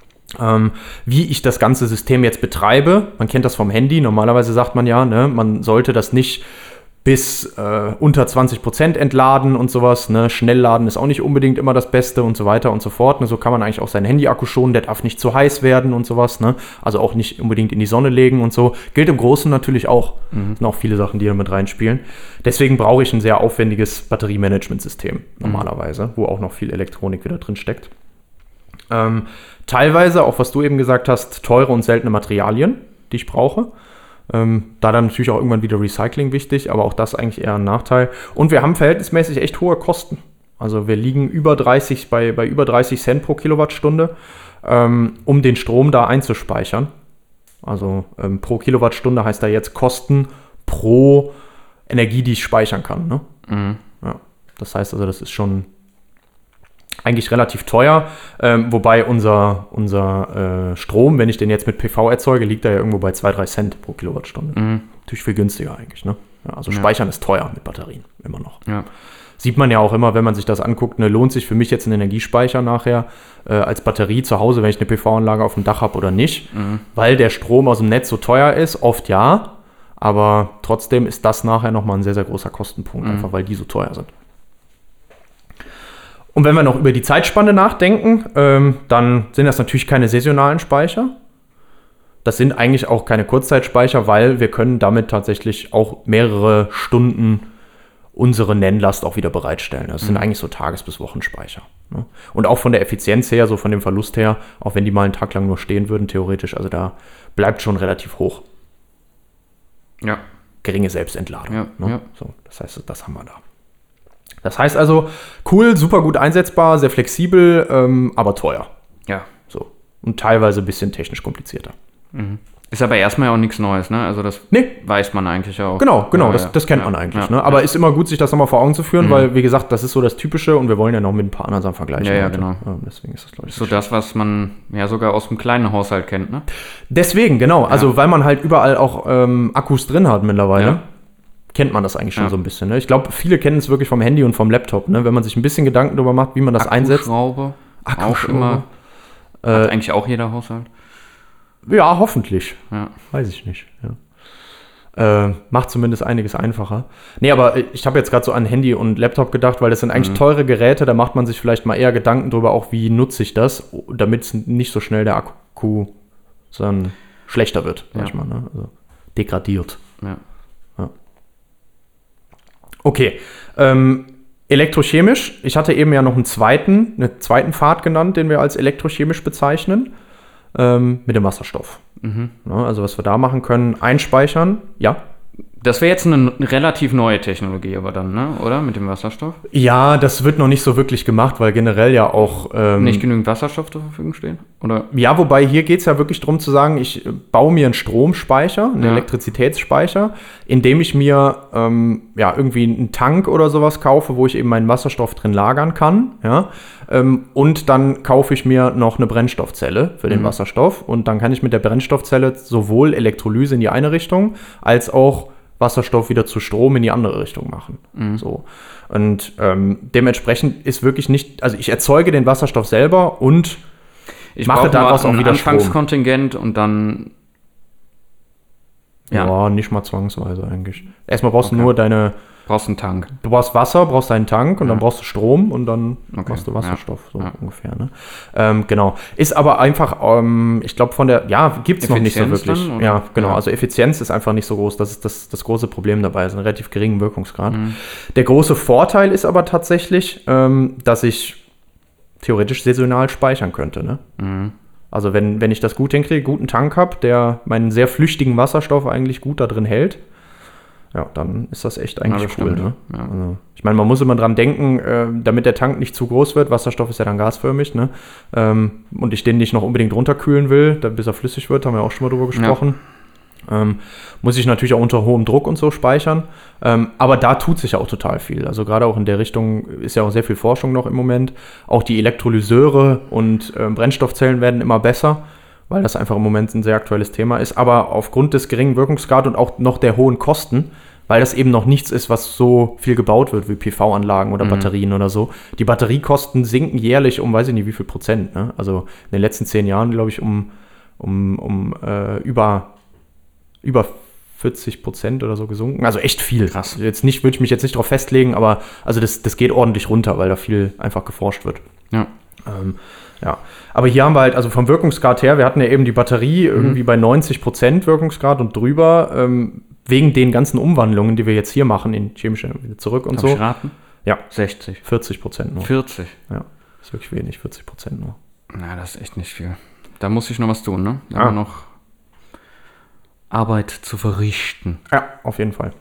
wie ich das ganze System jetzt betreibe. Man kennt das vom Handy. Normalerweise sagt man ja, ne, man sollte das nicht bis unter 20% entladen und sowas. Ne? Schnellladen ist auch nicht unbedingt immer das Beste und so weiter und so fort. Ne? So kann man eigentlich auch seinen Handy-Akku schonen. Der darf nicht zu heiß werden und sowas. Ne? Also auch nicht unbedingt in die Sonne legen und so. Gilt im Großen natürlich auch. Das sind auch viele Sachen, die da mit reinspielen. Deswegen brauche ich ein sehr aufwendiges Batteriemanagementsystem normalerweise, wo auch noch viel Elektronik wieder drin steckt. Teilweise, auch was du eben gesagt hast, teure und seltene Materialien, die ich brauche. Da dann natürlich auch irgendwann wieder Recycling wichtig, aber auch das eigentlich eher ein Nachteil. Und wir haben verhältnismäßig echt hohe Kosten. Also wir liegen bei über 30 Cent pro Kilowattstunde, um den Strom da einzuspeichern. Also pro Kilowattstunde heißt da jetzt Kosten pro Energie, die ich speichern kann. Ne? Ja, das heißt also, das ist schon eigentlich relativ teuer, wobei unser Strom, wenn ich den jetzt mit PV erzeuge, liegt da ja irgendwo bei 2-3 Cent pro Kilowattstunde. Natürlich viel günstiger eigentlich. Ne? Ja, also Speichern ist teuer mit Batterien, immer noch. Ja. Sieht man ja auch immer, wenn man sich das anguckt, ne, lohnt sich für mich jetzt ein Energiespeicher nachher als Batterie zu Hause, wenn ich eine PV-Anlage auf dem Dach habe oder nicht, weil der Strom aus dem Netz so teuer ist, oft ja, aber trotzdem ist das nachher nochmal ein sehr, sehr großer Kostenpunkt, einfach weil die so teuer sind. Und wenn wir noch über die Zeitspanne nachdenken, dann sind das natürlich keine saisonalen Speicher. Das sind eigentlich auch keine Kurzzeitspeicher, weil wir können damit tatsächlich auch mehrere Stunden unsere Nennlast auch wieder bereitstellen. Das sind eigentlich so Tages- bis Wochenspeicher. Ne? Und auch von der Effizienz her, so von dem Verlust her, auch wenn die mal einen Tag lang nur stehen würden, theoretisch, also da bleibt schon relativ hoch. Ja. Geringe Selbstentladung. Ja, Ne? ja. So, das heißt, das haben wir da. Das heißt also, cool, super gut einsetzbar, sehr flexibel, aber teuer. Ja. So. Und teilweise ein bisschen technisch komplizierter. Ist aber erstmal auch nichts Neues, ne? Also das Nee. weiß man eigentlich auch. Genau, Ja, das kennt ja, man eigentlich. ja, Ne? Aber ist immer gut, sich das nochmal vor Augen zu führen, Mhm. weil, wie gesagt, das ist so das Typische und wir wollen ja noch mit ein paar anderen Sachen vergleichen. Ja, ja, heute. genau. Deswegen ist das, glaube ich, So das, was man ja sogar aus einem kleinen Haushalt kennt, ne? Deswegen, genau. Also, weil man halt überall auch Akkus drin hat mittlerweile, Ja. kennt man das eigentlich schon Ja. so ein bisschen. Ne? Ich glaube, viele kennen es wirklich vom Handy und vom Laptop. Ne? Wenn man sich ein bisschen Gedanken darüber macht, wie man das einsetzt. Akkuschrauber. Auch Akkuschrauber. immer. Hat eigentlich auch jeder Haushalt. Ja, hoffentlich. Ja. Weiß ich nicht. Ja. Macht zumindest einiges einfacher. Nee, aber ich habe jetzt gerade so an Handy und Laptop gedacht, weil das sind eigentlich teure Geräte, da macht man sich vielleicht mal eher Gedanken drüber, auch wie nutze ich das, damit nicht so schnell der Akku sondern schlechter wird, sag ich mal. Ne? Also degradiert. Ja. Okay. Elektrochemisch. Ich hatte eben ja noch einen zweiten Pfad genannt, den wir als elektrochemisch bezeichnen. Mit dem Wasserstoff. Ja, also was wir da machen können, einspeichern. Ja. Das wäre jetzt eine relativ neue Technologie, aber dann, ne? Oder? Mit dem Wasserstoff? Ja, das wird noch nicht so wirklich gemacht, weil generell ja auch Nicht genügend Wasserstoff zur Verfügung stehen? Oder? Ja, wobei hier geht es ja wirklich darum zu sagen, ich baue mir einen Stromspeicher, einen Ja. Elektrizitätsspeicher, indem ich mir irgendwie einen Tank oder sowas kaufe, wo ich eben meinen Wasserstoff drin lagern kann. Ja? Und dann kaufe ich mir noch eine Brennstoffzelle für den Wasserstoff. Und dann kann ich mit der Brennstoffzelle sowohl Elektrolyse in die eine Richtung, als auch Wasserstoff wieder zu Strom in die andere Richtung machen. So. Und dementsprechend ist wirklich nicht, also ich erzeuge den Wasserstoff selber und Ich mache brauche daraus nur auch ein wieder Strom. Anfangskontingent und dann. Ja, nicht mal zwangsweise eigentlich. Erstmal brauchst du Okay. nur Brauchst einen Tank. du brauchst Wasser, brauchst deinen Tank und dann brauchst du Strom und dann Okay. brauchst du Wasserstoff, so Ja. ungefähr. Ne? Genau. Ist aber einfach, ich glaube gibt es noch nicht so Effizienz wirklich. dann, oder? Ja, genau. Ja. Also Effizienz ist einfach nicht so groß. Das ist das große Problem dabei. Es ist ein relativ geringen Wirkungsgrad. Der große Vorteil ist aber tatsächlich, dass ich theoretisch saisonal speichern könnte. Ne? Also wenn ich das gut hinkriege, guten Tank habe, der meinen sehr flüchtigen Wasserstoff eigentlich gut da drin hält, ja, dann ist das echt eigentlich das cool. stimmt. Ne? Ja. Also, ich meine, man muss immer dran denken, damit der Tank nicht zu groß wird, Wasserstoff ist ja dann gasförmig, ne? Und ich den nicht noch unbedingt runterkühlen will, bis er flüssig wird, haben wir auch schon mal drüber gesprochen. Muss ich natürlich auch unter hohem Druck und so speichern. Aber da tut sich ja auch total viel. Also gerade auch in der Richtung ist ja auch sehr viel Forschung noch im Moment. Auch die Elektrolyseure und Brennstoffzellen werden immer besser, weil das einfach im Moment ein sehr aktuelles Thema ist. Aber aufgrund des geringen Wirkungsgrads und auch noch der hohen Kosten, weil das eben noch nichts ist, was so viel gebaut wird wie PV-Anlagen oder Batterien oder so. Die Batteriekosten sinken jährlich um, weiß ich nicht wie viel Prozent. Ne? Also in den letzten 10 Jahren, glaube ich, um über 40% oder so gesunken. Also echt viel. Krass. Würde ich mich jetzt nicht drauf festlegen, aber also das geht ordentlich runter, weil da viel einfach geforscht wird. Ja. Ja, aber hier haben wir halt, also vom Wirkungsgrad her, wir hatten ja eben die Batterie irgendwie bei 90% Wirkungsgrad und drüber, wegen den ganzen Umwandlungen, die wir jetzt hier machen, in chemische wieder zurück und Darf ich so. raten? Ja, 60. 40% nur. 40. Ja, ist wirklich wenig, 40% nur. Na, das ist echt nicht viel. Da muss ich noch was tun, ne? Da Ah. haben wir noch Arbeit zu verrichten. Ja, auf jeden Fall.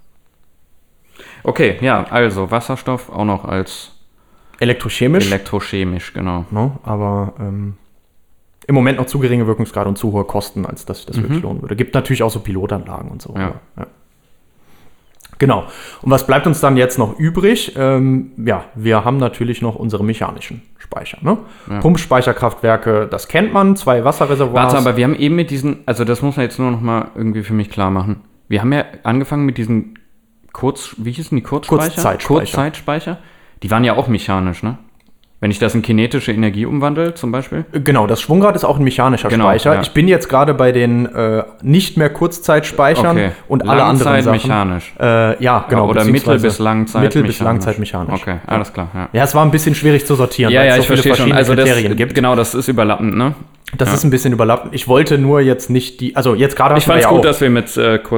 Okay, ja, also Wasserstoff auch noch als Elektrochemisch, elektrochemisch, genau. ne, aber im Moment noch zu geringe Wirkungsgrade und zu hohe Kosten, als dass sich das wirklich lohnen würde. Gibt natürlich auch so Pilotanlagen und so. Ja. aber, ja. Genau. Und was bleibt uns dann jetzt noch übrig? Wir haben natürlich noch unsere mechanischen Speicher. Ne? Ja. Pumpspeicherkraftwerke, das kennt man, 2 Wasserreservoirs. Warte, aber wir haben eben mit diesen, also das muss man jetzt nur noch mal irgendwie für mich klar machen. Wir haben ja angefangen mit diesen wie hießen die Kurzspeicher? Kurzzeitspeicher. Die waren ja auch mechanisch, ne? Wenn ich das in kinetische Energie umwandle, zum Beispiel. Genau, das Schwungrad ist auch ein mechanischer Genau, Speicher. ja. Ich bin jetzt gerade bei den nicht mehr Kurzzeitspeichern Okay. und alle anderen Sachen. mechanisch. Ja, genau. Oder beziehungsweise Mittel- bis Langzeit Mittel- bis mechanisch. Langzeit mechanisch. Okay, alles klar. Ja, Ja, es war ein bisschen schwierig zu sortieren, ja, weil es ich so viele verstehe schon. verschiedene Also Kriterien gibt. genau, das ist überlappend, ne? Das ist ein bisschen überlappend. Ich wollte nur jetzt nicht also jetzt gerade Ich fand es gut, dass wir mit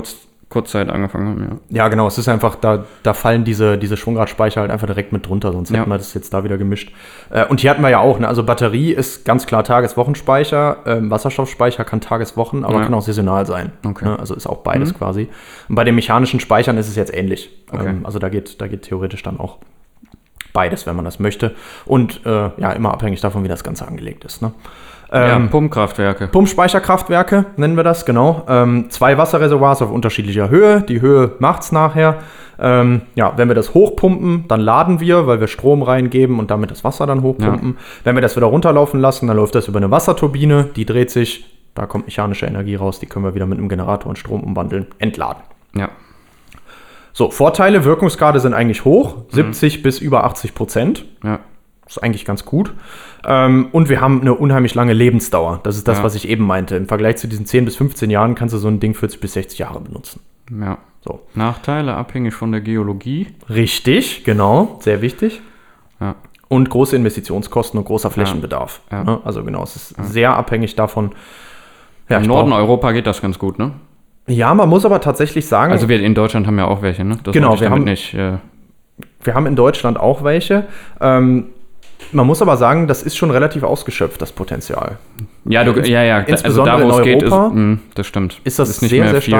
Kurzzeit angefangen haben, ja. Ja, genau, es ist einfach, da fallen diese Schwungradspeicher halt einfach direkt mit drunter, sonst hätten wir das jetzt da wieder gemischt. Und hier hatten wir ja auch, ne? Also Batterie ist ganz klar Tages-Wochenspeicher, Wasserstoffspeicher kann Tages-Wochen, aber kann auch saisonal sein. Okay. Ne? Also ist auch beides quasi. Und bei den mechanischen Speichern ist es jetzt ähnlich. Okay. Also da geht theoretisch dann auch beides, wenn man das möchte. Und ja, immer abhängig davon, wie das Ganze angelegt ist. Ne? Pumpkraftwerke. Pumpspeicherkraftwerke nennen wir das, genau. 2 Wasserreservoirs auf unterschiedlicher Höhe. Die Höhe macht's nachher. Ja, wenn wir das hochpumpen, dann laden wir, weil wir Strom reingeben und damit das Wasser dann hochpumpen. Ja. Wenn wir das wieder runterlaufen lassen, dann läuft das über eine Wasserturbine. Die dreht sich, da kommt mechanische Energie raus. Die können wir wieder mit einem Generator in Strom umwandeln, entladen. Ja. So, Vorteile, Wirkungsgrade sind eigentlich hoch. 70 bis über 80%. Ja. Das ist eigentlich ganz gut. Und wir haben eine unheimlich lange Lebensdauer. Das ist das, was ich eben meinte. Im Vergleich zu diesen 10 bis 15 Jahren kannst du so ein Ding 40 bis 60 Jahre benutzen. Ja. So. Nachteile abhängig von der Geologie. Richtig, genau. Sehr wichtig. Ja. Und große Investitionskosten und großer Flächenbedarf. Ja. Also genau, es ist sehr abhängig davon. Ja, Im Norden Europa geht das ganz gut, ne? Ja, man muss aber tatsächlich sagen... Also wir in Deutschland haben ja auch welche, ne? Das genau, wir haben in Deutschland auch welche. Man muss aber sagen, das ist schon relativ ausgeschöpft, das Potenzial. Ja, insbesondere also da, wo es geht, das stimmt. Ist das nicht sehr, mehr sehr viel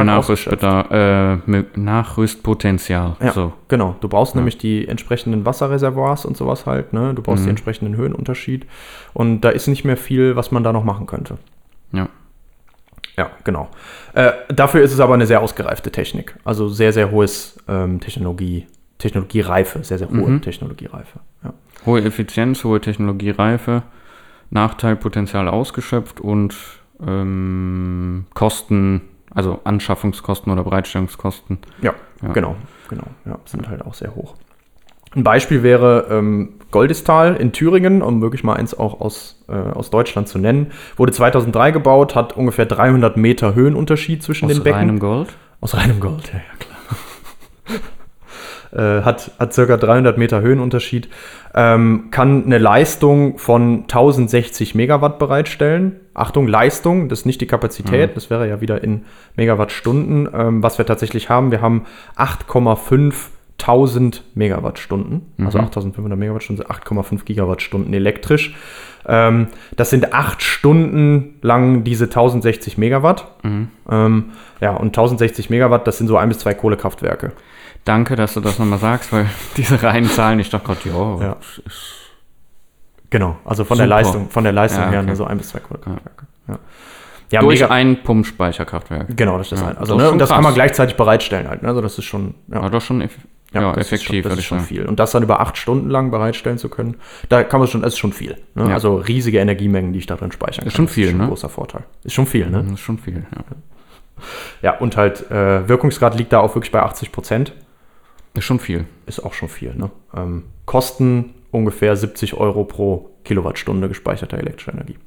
Nachrüstpotenzial. Ja, so. Genau. Du brauchst nämlich die entsprechenden Wasserreservoirs und sowas halt, ne? Du brauchst die entsprechenden Höhenunterschied. Und da ist nicht mehr viel, was man da noch machen könnte. Ja. Ja, genau. Dafür ist es aber eine sehr ausgereifte Technik. Also sehr, sehr hohes Technologiereife, sehr, sehr hohe Technologiereife. Ja. Hohe Effizienz, hohe Technologiereife, Nachteilpotenzial ausgeschöpft und Kosten, also Anschaffungskosten oder Bereitstellungskosten. Ja. Genau. Ja, sind halt auch sehr hoch. Ein Beispiel wäre Goldistal in Thüringen, um wirklich mal eins auch aus Deutschland zu nennen. Wurde 2003 gebaut, hat ungefähr 300 Meter Höhenunterschied zwischen den Becken. Aus reinem Gold? Aus reinem Gold, ja klar. Hat circa 300 Meter Höhenunterschied, kann eine Leistung von 1060 Megawatt bereitstellen. Achtung, Leistung, das ist nicht die Kapazität, das wäre ja wieder in Megawattstunden. Was wir tatsächlich haben, wir haben 8,5 Megawattstunden, also 8500 Megawattstunden, 8,5 Gigawattstunden elektrisch. Das sind 8 Stunden lang diese 1060 Megawatt. Ja, und 1060 Megawatt, das sind so 1 bis 2 Kohlekraftwerke. Danke, dass du das nochmal sagst, weil diese reinen Zahlen, ich dachte gerade, ja. Genau, also von der Leistung ja, her, okay. So 1 bis 2 Kohlekraftwerke. Ja. Ja, durch ein Pumpspeicherkraftwerk. Genau, das ist das. Also, das und das krass. kann man gleichzeitig bereitstellen halt. Also das ist schon... Ja, das ist schon effektiv. Das ist schon viel. Und das dann über 8 Stunden lang bereitstellen zu können, da kann man schon, das ist schon viel. Ne? Ja. Also riesige Energiemengen, die ich da drin speichern kann. Ist schon viel, das ist schon ne? ein großer Vorteil. Ist schon viel, ne? Das ist schon viel, ja. Ja, und halt Wirkungsgrad liegt da auch wirklich bei 80%. Ist schon viel. Ist auch schon viel, ne? Kosten ungefähr 70 Euro pro Kilowattstunde gespeicherter elektrischer Energie.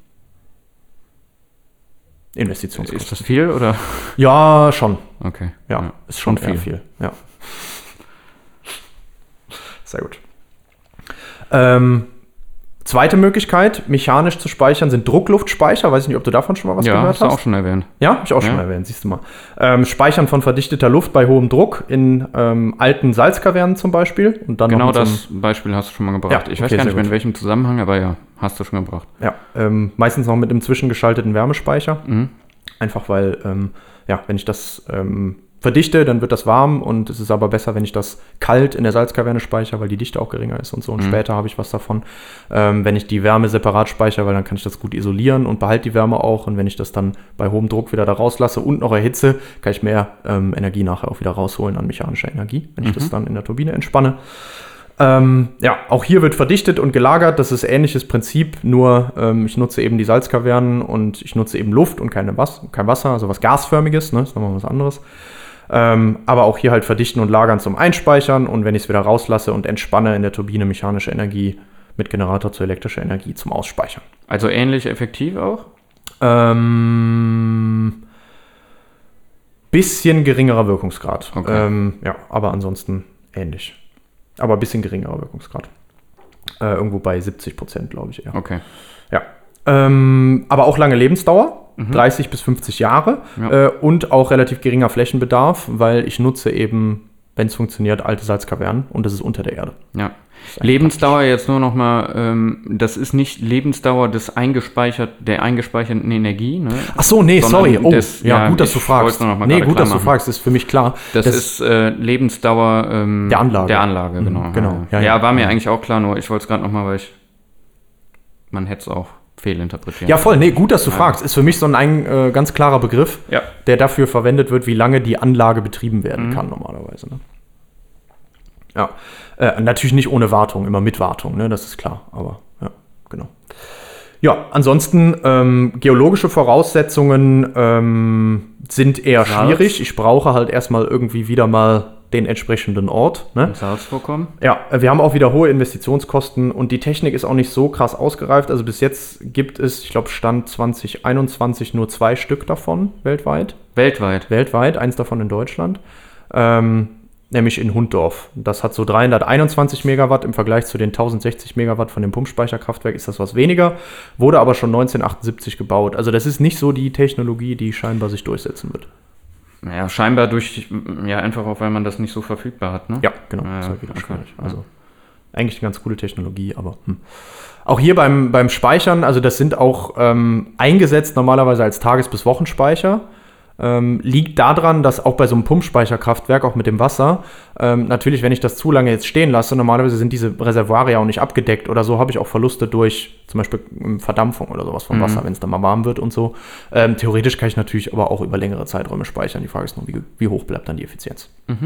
Investitionskosten. Ist das viel, oder? Ja, schon. Okay. Ja, ist schon viel. Ja. Sehr gut. Zweite Möglichkeit, mechanisch zu speichern, sind Druckluftspeicher. Weiß ich nicht, ob du davon schon mal was gehört hast. Ja, hast du auch schon erwähnt. Ja, habe ich auch schon erwähnt, siehst du mal. Speichern von verdichteter Luft bei hohem Druck in alten Salzkavernen zum Beispiel. Und dann genau das Beispiel hast du schon mal gebracht. Ja, ich weiß gar nicht mehr in welchem Zusammenhang, aber ja, hast du schon gebracht. Ja, meistens noch mit einem zwischengeschalteten Wärmespeicher. Einfach weil, wenn ich das verdichte, dann wird das warm und es ist aber besser, wenn ich das kalt in der Salzkaverne speichere, weil die Dichte auch geringer ist und so. Und später habe ich was davon. Wenn ich die Wärme separat speichere, weil dann kann ich das gut isolieren und behalte die Wärme auch. Und wenn ich das dann bei hohem Druck wieder da rauslasse und noch erhitze, kann ich mehr Energie nachher auch wieder rausholen an mechanischer Energie, wenn ich das dann in der Turbine entspanne. Auch hier wird verdichtet und gelagert. Das ist ähnliches Prinzip, nur ich nutze eben die Salzkavernen und ich nutze eben Luft und kein Wasser, also was Gasförmiges, ne? Das ist nochmal was anderes. Aber auch hier halt verdichten und lagern zum Einspeichern und wenn ich es wieder rauslasse und entspanne in der Turbine mechanische Energie mit Generator zu elektrischer Energie zum Ausspeichern. Also ähnlich effektiv auch? Bisschen geringerer Wirkungsgrad. Okay. Aber ansonsten ähnlich. Aber ein bisschen geringerer Wirkungsgrad. Irgendwo bei 70%, glaube ich eher. Okay. Ja. Aber auch lange Lebensdauer. 30 bis 50 Jahre Ja. und auch relativ geringer Flächenbedarf, weil ich nutze eben, wenn es funktioniert, alte Salzkavernen und das ist unter der Erde. Ja. Lebensdauer jetzt nur noch mal, das ist nicht Lebensdauer der eingespeicherten Energie. Ne? Ach so, nee, Sondern sorry. Oh, gut, dass du fragst. Gut, dass du fragst, ist für mich klar. Das ist Lebensdauer der Anlage. Der Anlage, genau. Genau. Ja, war mir eigentlich auch klar, nur ich wollte es gerade noch mal, weil man hätte es auch fehlinterpretieren. Ja, voll. Nee, gut, dass du fragst. Ist für mich so ein ganz klarer Begriff, Ja. der dafür verwendet wird, wie lange die Anlage betrieben werden kann normalerweise. Ne? Ja, natürlich nicht ohne Wartung, immer mit Wartung, ne? Das ist klar. Aber ja, genau. Ja, ansonsten geologische Voraussetzungen sind eher Salz. schwierig. Ich brauche halt erstmal irgendwie wieder mal den entsprechenden Ort. Ne? Salzvorkommen. Ja, wir haben auch wieder hohe Investitionskosten und die Technik ist auch nicht so krass ausgereift. Also bis jetzt gibt es, ich glaube, Stand 2021 nur 2 Stück davon weltweit. Weltweit, eins davon in Deutschland. Nämlich in Hunddorf. Das hat so 321 Megawatt im Vergleich zu den 1060 Megawatt von dem Pumpspeicherkraftwerk ist das was weniger, wurde aber schon 1978 gebaut. Also das ist nicht so die Technologie, die scheinbar sich durchsetzen wird. Ja, scheinbar einfach auch, weil man das nicht so verfügbar hat, ne? Ja, genau. Das ist halt wieder schwierig. Also eigentlich eine ganz coole Technologie, aber auch hier beim Speichern, also das sind auch eingesetzt normalerweise als Tages- bis Wochenspeicher. Liegt daran, dass auch bei so einem Pumpspeicherkraftwerk, auch mit dem Wasser, natürlich, wenn ich das zu lange jetzt stehen lasse, normalerweise sind diese Reservoire ja auch nicht abgedeckt oder so, habe ich auch Verluste durch zum Beispiel Verdampfung oder sowas vom Wasser, wenn es dann mal warm wird und so. Theoretisch kann ich natürlich aber auch über längere Zeiträume speichern. Die Frage ist nur, wie hoch bleibt dann die Effizienz?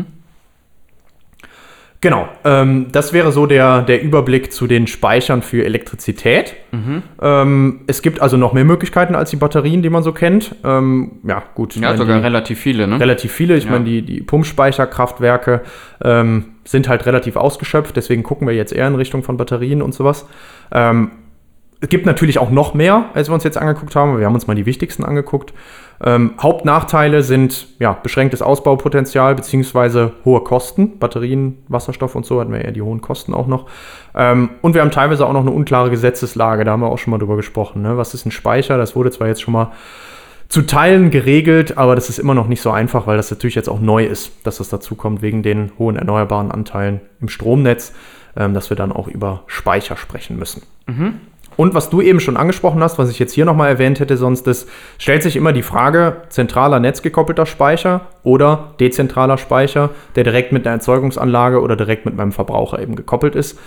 Genau, das wäre so der Überblick zu den Speichern für Elektrizität. Es gibt also noch mehr Möglichkeiten als die Batterien, die man so kennt. Ja, gut. Ja, sogar relativ viele, ne? Relativ viele. Ich Ja. meine, die Pumpspeicherkraftwerke sind halt relativ ausgeschöpft. Deswegen gucken wir jetzt eher in Richtung von Batterien und sowas. Es gibt natürlich auch noch mehr, als wir uns jetzt angeguckt haben. Wir haben uns mal die wichtigsten angeguckt. Hauptnachteile sind beschränktes Ausbaupotenzial bzw. hohe Kosten. Batterien, Wasserstoff und so hatten wir eher die hohen Kosten auch noch. Und wir haben teilweise auch noch eine unklare Gesetzeslage. Da haben wir auch schon mal drüber gesprochen. Ne? Was ist ein Speicher? Das wurde zwar jetzt schon mal zu Teilen geregelt, aber das ist immer noch nicht so einfach, weil das natürlich jetzt auch neu ist, dass das dazu kommt wegen den hohen erneuerbaren Anteilen im Stromnetz, dass wir dann auch über Speicher sprechen müssen. Und was du eben schon angesprochen hast, was ich jetzt hier nochmal erwähnt hätte, sonst ist, stellt sich immer die Frage, zentraler netzgekoppelter Speicher oder dezentraler Speicher, der direkt mit einer Erzeugungsanlage oder direkt mit meinem Verbraucher eben gekoppelt ist.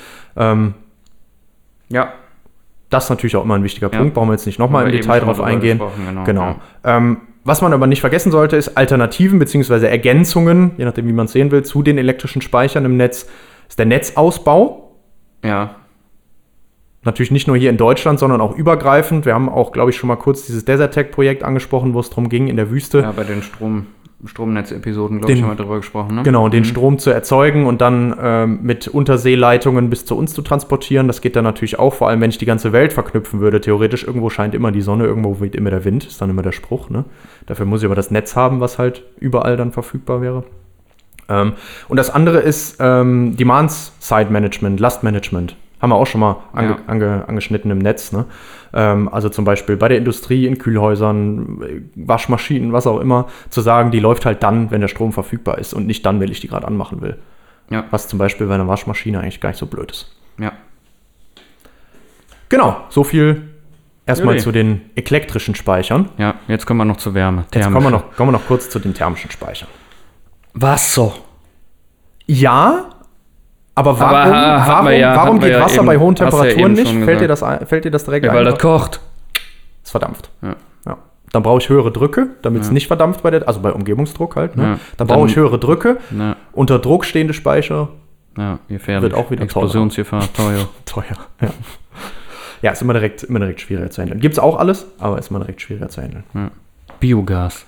Ja. Das ist natürlich auch immer ein wichtiger Punkt, brauchen wir jetzt nicht nochmal im Detail drauf eingehen. Genau. Ja. Was man aber nicht vergessen sollte, ist Alternativen bzw. Ergänzungen, je nachdem wie man es sehen will, zu den elektrischen Speichern im Netz, ist der Netzausbau. Ja. Natürlich nicht nur hier in Deutschland, sondern auch übergreifend. Wir haben auch, glaube ich, schon mal kurz dieses Desertec-Projekt angesprochen, wo es darum ging, in der Wüste. Ja, bei den Stromnetzepisoden, glaube ich, haben wir darüber gesprochen. Ne? Genau, den Strom zu erzeugen und dann mit Unterseeleitungen bis zu uns zu transportieren. Das geht dann natürlich auch, vor allem wenn ich die ganze Welt verknüpfen würde. Theoretisch, irgendwo scheint immer die Sonne, irgendwo weht immer der Wind, ist dann immer der Spruch. Ne? Dafür muss ich aber das Netz haben, was halt überall dann verfügbar wäre. Und das andere ist Demand-Side-Management, Lastmanagement. Haben wir auch schon mal angeschnitten im Netz. Ne? Also zum Beispiel bei der Industrie, in Kühlhäusern, Waschmaschinen, was auch immer, zu sagen, die läuft halt dann, wenn der Strom verfügbar ist und nicht dann, wenn ich die gerade anmachen will. Ja. Was zum Beispiel bei einer Waschmaschine eigentlich gar nicht so blöd ist. Ja. Genau, so viel erstmal zu den elektrischen Speichern. Ja, jetzt kommen wir noch zur Wärme. Jetzt kommen wir noch kurz zu den thermischen Speichern. Wasser. Ja, aber warum geht Wasser bei hohen Temperaturen nicht? Fällt dir das direkt ein? Weil das kocht. Es verdampft. Ja. Dann brauche ich höhere Drücke, damit es nicht verdampft also bei Umgebungsdruck halt. Ne? Ja. Dann brauche ich höhere Drücke. Ja. Unter Druck stehende Speicher. Ja, gefährlich. Wird auch wieder Explosionsgefahr, teuer. Ja. Ja, ist immer direkt schwieriger zu handeln. Gibt es auch alles, aber ist immer direkt schwieriger zu handeln. Ja. Biogas.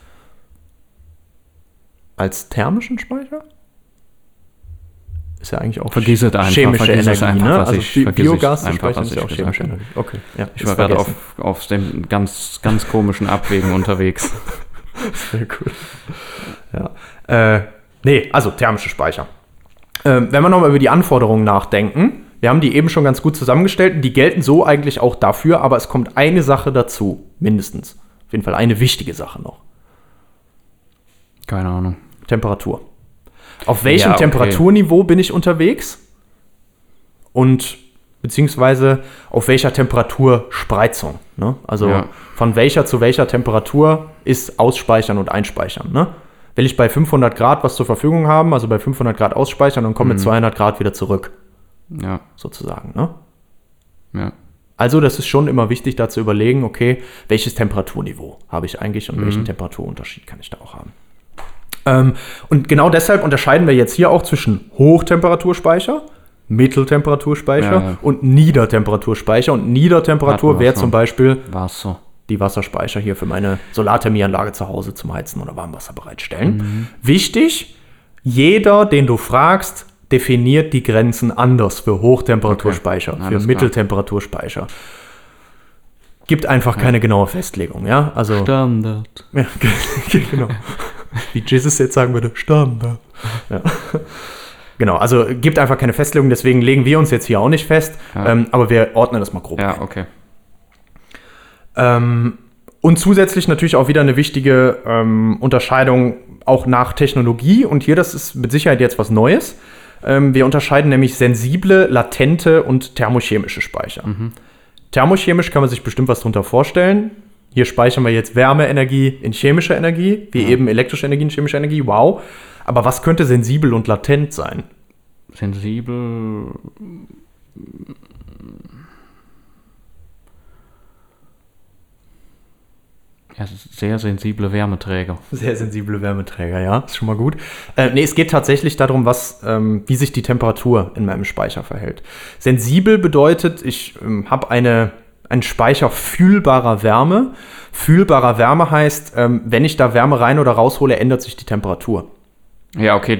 Als thermischen Speicher? Ist ja eigentlich auch chemische Energie, ne? Also Biogas zu speichern ist ja auch chemische Energie. Okay, ja. Ich war gerade auf dem ganz, ganz komischen Abwägen unterwegs. Sehr cool. Ja. Also thermische Speicher. Wenn wir nochmal über die Anforderungen nachdenken, wir haben die eben schon ganz gut zusammengestellt und die gelten so eigentlich auch dafür, aber es kommt eine Sache dazu, mindestens. Auf jeden Fall eine wichtige Sache noch. Keine Ahnung. Temperatur. Auf welchem Ja, okay. Temperaturniveau bin ich unterwegs? Und beziehungsweise auf welcher Temperaturspreizung? Ne? Also Ja. von welcher zu welcher Temperatur ist Ausspeichern und Einspeichern? Ne? Will ich bei 500 Grad was zur Verfügung haben, also bei 500 Grad ausspeichern und komme mit 200 Grad wieder zurück, Ja, sozusagen. Ne? ja. Also das ist schon immer wichtig, da zu überlegen, okay, welches Temperaturniveau habe ich eigentlich und welchen Temperaturunterschied kann ich da auch haben. Und genau deshalb unterscheiden wir jetzt hier auch zwischen Hochtemperaturspeicher, Mitteltemperaturspeicher Ja. und Niedertemperaturspeicher. Und Niedertemperatur Hatten wir wäre schon. zum Beispiel War's so. die Wasserspeicher hier für meine Solarthermieanlage zu Hause zum Heizen oder Warmwasser bereitstellen. Wichtig, jeder, den du fragst, definiert die Grenzen anders für Hochtemperaturspeicher, Okay, für alles klar. Mitteltemperaturspeicher. Gibt einfach keine genaue Festlegung, ja? Also, Standard. ja, genau. Wie Jesus jetzt sagen würde, Standard. Ja. Genau, also gibt einfach keine Festlegung, deswegen legen wir uns jetzt hier auch nicht fest, Ja. aber wir ordnen das mal grob. Ja, okay. Und zusätzlich natürlich auch wieder eine wichtige Unterscheidung auch nach Technologie. Und hier, das ist mit Sicherheit jetzt was Neues. Wir unterscheiden nämlich sensible, latente und thermochemische Speicher. Thermochemisch kann man sich bestimmt was drunter vorstellen. Hier speichern wir jetzt Wärmeenergie in chemischer Energie, wie eben elektrische Energie in chemischer Energie. Wow. Aber was könnte sensibel und latent sein? Sensibel. Ja, sehr sensible Wärmeträger. Sehr sensible Wärmeträger, ja, ist schon mal gut. Nee, es geht tatsächlich darum, wie sich die Temperatur in meinem Speicher verhält. Sensibel bedeutet, ich habe einen Speicher fühlbarer Wärme. Fühlbarer Wärme heißt, wenn ich da Wärme rein oder raushole, ändert sich die Temperatur. Ja, okay,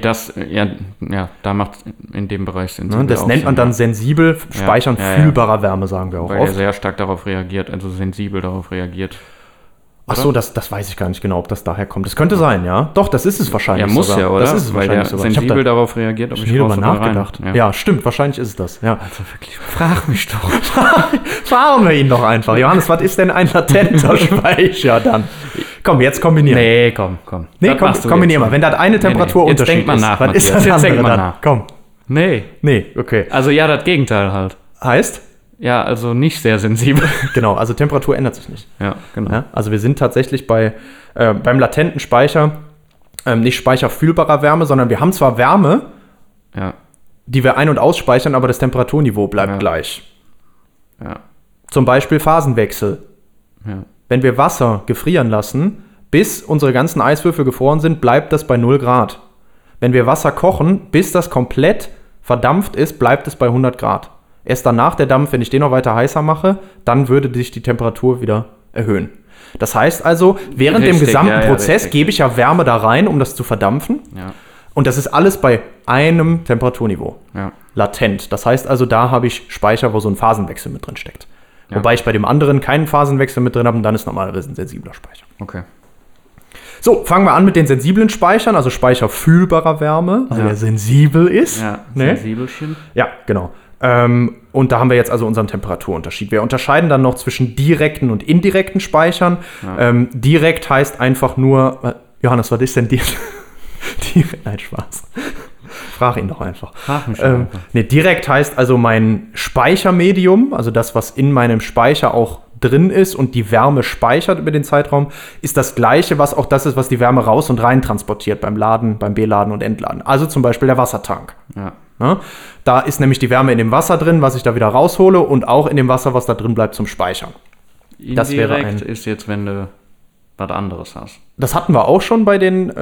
da macht in dem Bereich sensibel. Ne? Das auch nennt man Sinn, dann sensibel, Speichern ja. fühlbarer Wärme, sagen wir auch weil er oft. sehr stark darauf reagiert, also sensibel darauf reagiert. Ach so, das weiß ich gar nicht genau, ob das daher kommt. Das könnte sein, ja. Doch, das ist es wahrscheinlich Ja, muss sogar. ja, oder? Das ist es weil der wahrscheinlich sogar. Ich sensibel habe da darauf reagiert, ob ich nie drüber raus oder rein. nachgedacht. Ja, stimmt, wahrscheinlich ist es das, ja. Also wirklich, frag mich doch. Fragen wir ihn doch einfach. Johannes, was ist denn ein latenter Speicher dann? Komm, jetzt kombinieren. Nee, komm. Nee, Das machst du kombinier jetzt. mal. Wenn das eine Temperaturunterschied Jetzt denk mal nach, ist, was ist Matthias. das Jetzt denk andere mal dann? nach. Komm. Nee. Nee, okay. Also ja, das Gegenteil halt. Heißt? Ja, also nicht sehr sensibel. Genau, also Temperatur ändert sich nicht. Ja, genau. Ja? Also wir sind tatsächlich beim latenten Speicher nicht Speicher fühlbarer Wärme, sondern wir haben zwar Wärme, Ja, die wir ein- und ausspeichern, aber das Temperaturniveau bleibt Ja. gleich. ja, Zum Beispiel Phasenwechsel. ja. Wenn wir Wasser gefrieren lassen, bis unsere ganzen Eiswürfel gefroren sind, bleibt das bei 0 Grad. Wenn wir Wasser kochen, bis das komplett verdampft ist, bleibt es bei 100 Grad. Erst danach der Dampf, wenn ich den noch weiter heißer mache, dann würde sich die Temperatur wieder erhöhen. Das heißt also, während dem Richtig, gesamten ja, Prozess richtig. gebe ich ja Wärme da rein, um das zu verdampfen. Ja, Und das ist alles bei einem Temperaturniveau. ja. Latent. Das heißt also, da habe ich Speicher, wo so ein Phasenwechsel mit drin steckt. Ja. Wobei ich bei dem anderen keinen Phasenwechsel mit drin habe und dann ist normalerweise ein sensibler Speicher. Okay. So, fangen wir an mit den sensiblen Speichern, also Speicher fühlbarer Wärme, also Ja. der sensibel ist. Ja, Ne? Sensibelchen. Ja, genau. Und da haben wir jetzt also unseren Temperaturunterschied. Wir unterscheiden dann noch zwischen direkten und indirekten Speichern. Ja. Direkt heißt einfach nur, Johannes, was ist denn direkt? Nein, Spaß. Frag ihn doch einfach. Frag mich einfach. Direkt heißt also mein Speichermedium, also das, was in meinem Speicher auch drin ist und die Wärme speichert über den Zeitraum, ist das gleiche, was auch das ist, was die Wärme raus und rein transportiert beim Laden, beim Beladen und Entladen. Also zum Beispiel der Wassertank. Ja. Ne? Da ist nämlich die Wärme in dem Wasser drin, was ich da wieder raushole und auch in dem Wasser, was da drin bleibt, zum Speichern. Das wäre Indirekt ist jetzt, wenn du was anderes hast. Das hatten wir auch schon bei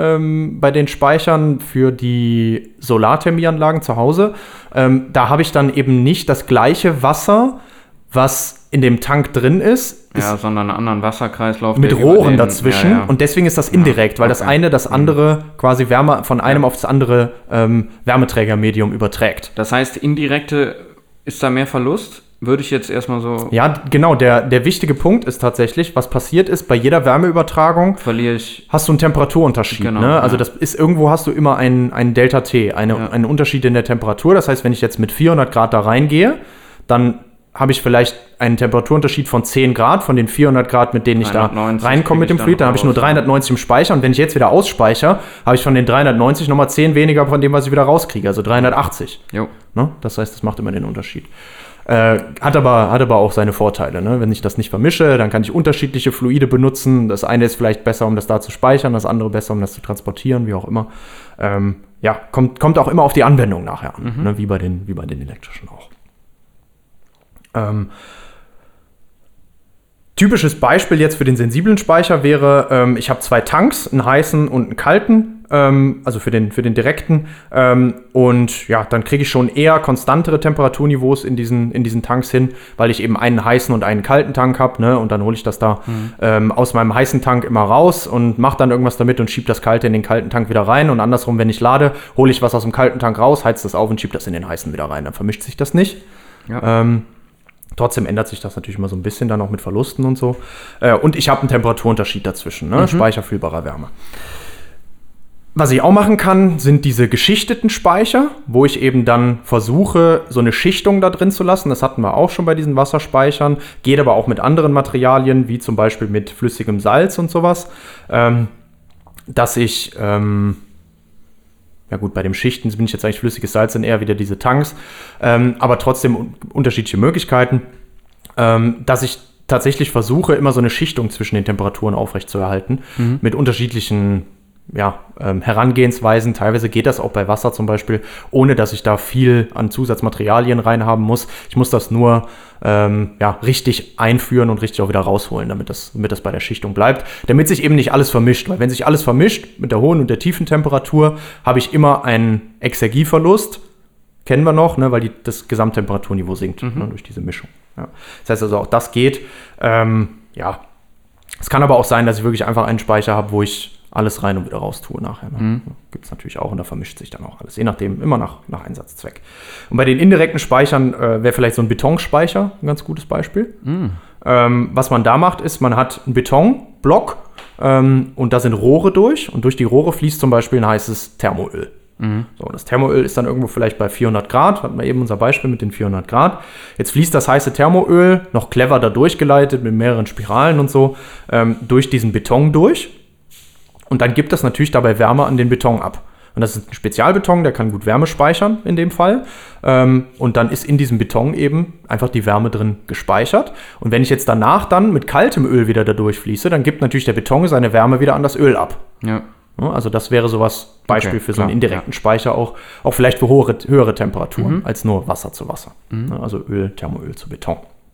den Speichern für die Solarthermieanlagen zu Hause. Da habe ich dann eben nicht das gleiche Wasser, was in dem Tank drin ist, Ja, sondern einen anderen Wasserkreislauf. mit der über Rohren den- dazwischen. Ja, ja. Und deswegen ist das indirekt, weil das okay. eine das andere quasi Wärme von einem auf das andere Wärmeträgermedium überträgt. Das heißt, indirekte ist da mehr Verlust? Würde ich jetzt erstmal so. Ja, genau. Der wichtige Punkt ist tatsächlich, was passiert ist, bei jeder Wärmeübertragung Verliere ich. hast du einen Temperaturunterschied. Genau, Ne? Also ja. das ist, irgendwo hast du immer einen Delta-T, einen Unterschied in der Temperatur. Das heißt, wenn ich jetzt mit 400 Grad da reingehe, dann habe ich vielleicht einen Temperaturunterschied von 10 Grad, von den 400 Grad, mit denen ich da reinkomme mit dem Fluid. Dann habe ich nur 390 im Speicher. Und wenn ich jetzt wieder ausspeichere, habe ich von den 390 nochmal 10 weniger von dem, was ich wieder rauskriege. Also 380. Jo. Ne? Das heißt, das macht immer den Unterschied. Hat aber auch seine Vorteile. Ne? Wenn ich das nicht vermische, dann kann ich unterschiedliche Fluide benutzen. Das eine ist vielleicht besser, um das da zu speichern, das andere besser, um das zu transportieren, wie auch immer. Kommt auch immer auf die Anwendung nachher an, ne? wie bei den elektrischen auch. Typisches Beispiel jetzt für den sensiblen Speicher wäre, ich habe 2 Tanks, einen heißen und einen kalten, also für den direkten. Und ja, dann kriege ich schon eher konstantere Temperaturniveaus in diesen Tanks hin, weil ich eben einen heißen und einen kalten Tank habe. Ne? Und dann hole ich das da aus meinem heißen Tank immer raus und mache dann irgendwas damit und schiebe das kalte in den kalten Tank wieder rein. Und andersrum, wenn ich lade, hole ich was aus dem kalten Tank raus, heize das auf und schiebe das in den heißen wieder rein. Dann vermischt sich das nicht. Ja. Trotzdem ändert sich das natürlich immer so ein bisschen dann auch mit Verlusten und so. Und ich habe einen Temperaturunterschied dazwischen, ne? Speicherfühlbarer Wärme. Was ich auch machen kann, sind diese geschichteten Speicher, wo ich eben dann versuche, so eine Schichtung da drin zu lassen. Das hatten wir auch schon bei diesen Wasserspeichern. Geht aber auch mit anderen Materialien, wie zum Beispiel mit flüssigem Salz und sowas. Dass ich... Ja gut, bei den Schichten bin ich jetzt eigentlich flüssiges Salz, sind eher wieder diese Tanks, aber trotzdem unterschiedliche Möglichkeiten, dass ich tatsächlich versuche, immer so eine Schichtung zwischen den Temperaturen aufrechtzuerhalten, mit unterschiedlichen Herangehensweisen. Teilweise geht das auch bei Wasser zum Beispiel, ohne dass ich da viel an Zusatzmaterialien reinhaben muss. Ich muss das nur richtig einführen und richtig auch wieder rausholen, damit das bei der Schichtung bleibt. Damit sich eben nicht alles vermischt. Weil wenn sich alles vermischt mit der hohen und der tiefen Temperatur, habe ich immer einen Exergieverlust. Kennen wir noch, ne, weil das Gesamttemperaturniveau sinkt durch diese Mischung. Ja. Das heißt also, auch das geht. Es kann aber auch sein, dass ich wirklich einfach einen Speicher habe, wo ich alles rein und wieder raus tue nachher. Ne? Gibt es natürlich auch und da vermischt sich dann auch alles. Je nachdem, immer nach Einsatzzweck. Und bei den indirekten Speichern wäre vielleicht so ein Betonspeicher ein ganz gutes Beispiel. Was man da macht, ist, man hat einen Betonblock und da sind Rohre durch und durch die Rohre fließt zum Beispiel ein heißes Thermoöl. So, das Thermoöl ist dann irgendwo vielleicht bei 400 Grad, hatten wir eben unser Beispiel mit den 400 Grad. Jetzt fließt das heiße Thermoöl, noch clever da durchgeleitet mit mehreren Spiralen und so, durch diesen Beton durch. Und dann gibt das natürlich dabei Wärme an den Beton ab. Und das ist ein Spezialbeton, der kann gut Wärme speichern in dem Fall. Und dann ist in diesem Beton eben einfach die Wärme drin gespeichert. Und wenn ich jetzt danach dann mit kaltem Öl wieder da durchfließe, dann gibt natürlich der Beton seine Wärme wieder an das Öl ab. Ja. Also das wäre sowas, Beispiel für so einen indirekten Speicher, auch vielleicht für höhere Temperaturen als nur Wasser zu Wasser. Also Öl, Thermoöl zu Beton.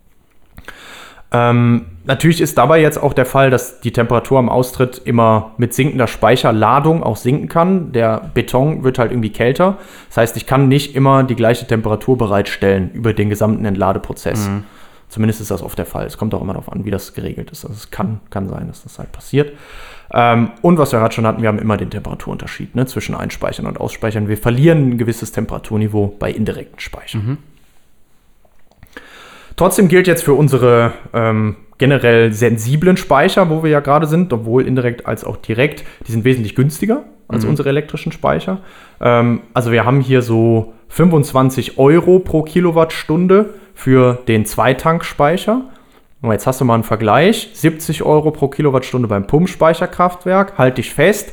Natürlich ist dabei jetzt auch der Fall, dass die Temperatur am Austritt immer mit sinkender Speicherladung auch sinken kann. Der Beton wird halt irgendwie kälter. Das heißt, ich kann nicht immer die gleiche Temperatur bereitstellen über den gesamten Entladeprozess. Zumindest ist das oft der Fall. Es kommt auch immer darauf an, wie das geregelt ist. Also es kann sein, dass das halt passiert. Und was wir gerade schon hatten, wir haben immer den Temperaturunterschied zwischen Einspeichern und Ausspeichern. Wir verlieren ein gewisses Temperaturniveau bei indirekten Speichern. Trotzdem gilt jetzt für unsere generell sensiblen Speicher, wo wir ja gerade sind, sowohl indirekt als auch direkt, die sind wesentlich günstiger als unsere elektrischen Speicher. Also wir haben hier so 25 € pro Kilowattstunde für den Zweitankspeicher. Und jetzt hast du mal einen Vergleich, 70 € pro Kilowattstunde beim Pumpspeicherkraftwerk, halt dich fest,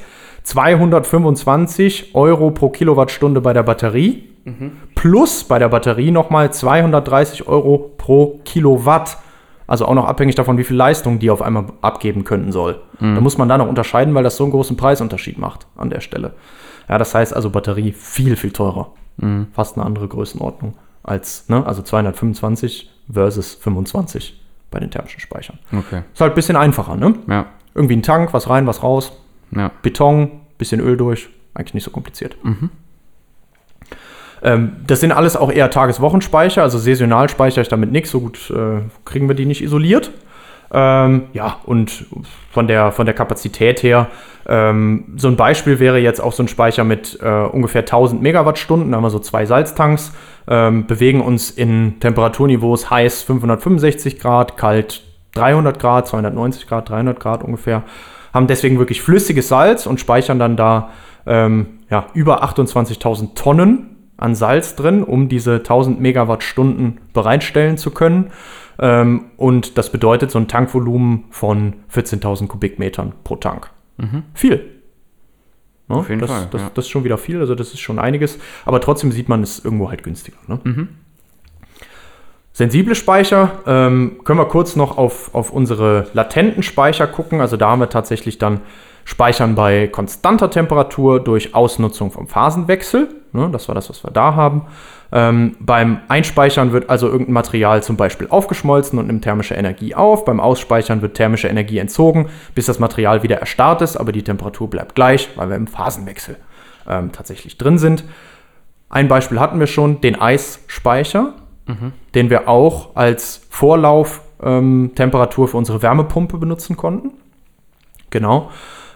225 € pro Kilowattstunde bei der Batterie. Plus bei der Batterie nochmal 230 € pro Kilowatt. Also auch noch abhängig davon, wie viel Leistung die auf einmal abgeben können soll. Da muss man da noch unterscheiden, weil das so einen großen Preisunterschied macht an der Stelle. Ja, das heißt also Batterie viel, viel teurer. Fast eine andere Größenordnung als, also 225 versus 25 bei den thermischen Speichern. Okay. Ist halt ein bisschen einfacher, ne? Ja. Irgendwie ein Tank, was rein, was raus. Ja. Beton, bisschen Öl durch. Eigentlich nicht so kompliziert. Das sind alles auch eher Tageswochenspeicher, also saisonal speichere ich damit nichts, so gut kriegen wir die nicht isoliert. Und von der Kapazität her, so ein Beispiel wäre jetzt auch so ein Speicher mit ungefähr 1000 Megawattstunden, da haben wir so 2 Salztanks, bewegen uns in Temperaturniveaus heiß 565 Grad, kalt 300 Grad, 290 Grad, 300 Grad ungefähr, haben deswegen wirklich flüssiges Salz und speichern dann da über 28.000 Tonnen an Salz drin, um diese 1000 Megawattstunden bereitstellen zu können. Und das bedeutet so ein Tankvolumen von 14.000 Kubikmetern pro Tank. Viel. Ne? Auf jeden Fall. Das ist schon wieder viel, also das ist schon einiges. Aber trotzdem sieht man, es ist irgendwo halt günstiger. Ne? Sensible Speicher, können wir kurz noch auf unsere latenten Speicher gucken. Also da haben wir tatsächlich dann Speichern bei konstanter Temperatur durch Ausnutzung vom Phasenwechsel. Ne? Das war das, was wir da haben. Beim Einspeichern wird also irgendein Material zum Beispiel aufgeschmolzen und nimmt thermische Energie auf. Beim Ausspeichern wird thermische Energie entzogen, bis das Material wieder erstarrt ist, aber die Temperatur bleibt gleich, weil wir im Phasenwechsel tatsächlich drin sind. Ein Beispiel hatten wir schon, den Eisspeicher, den wir auch als Vorlauftemperatur für unsere Wärmepumpe benutzen konnten. Genau.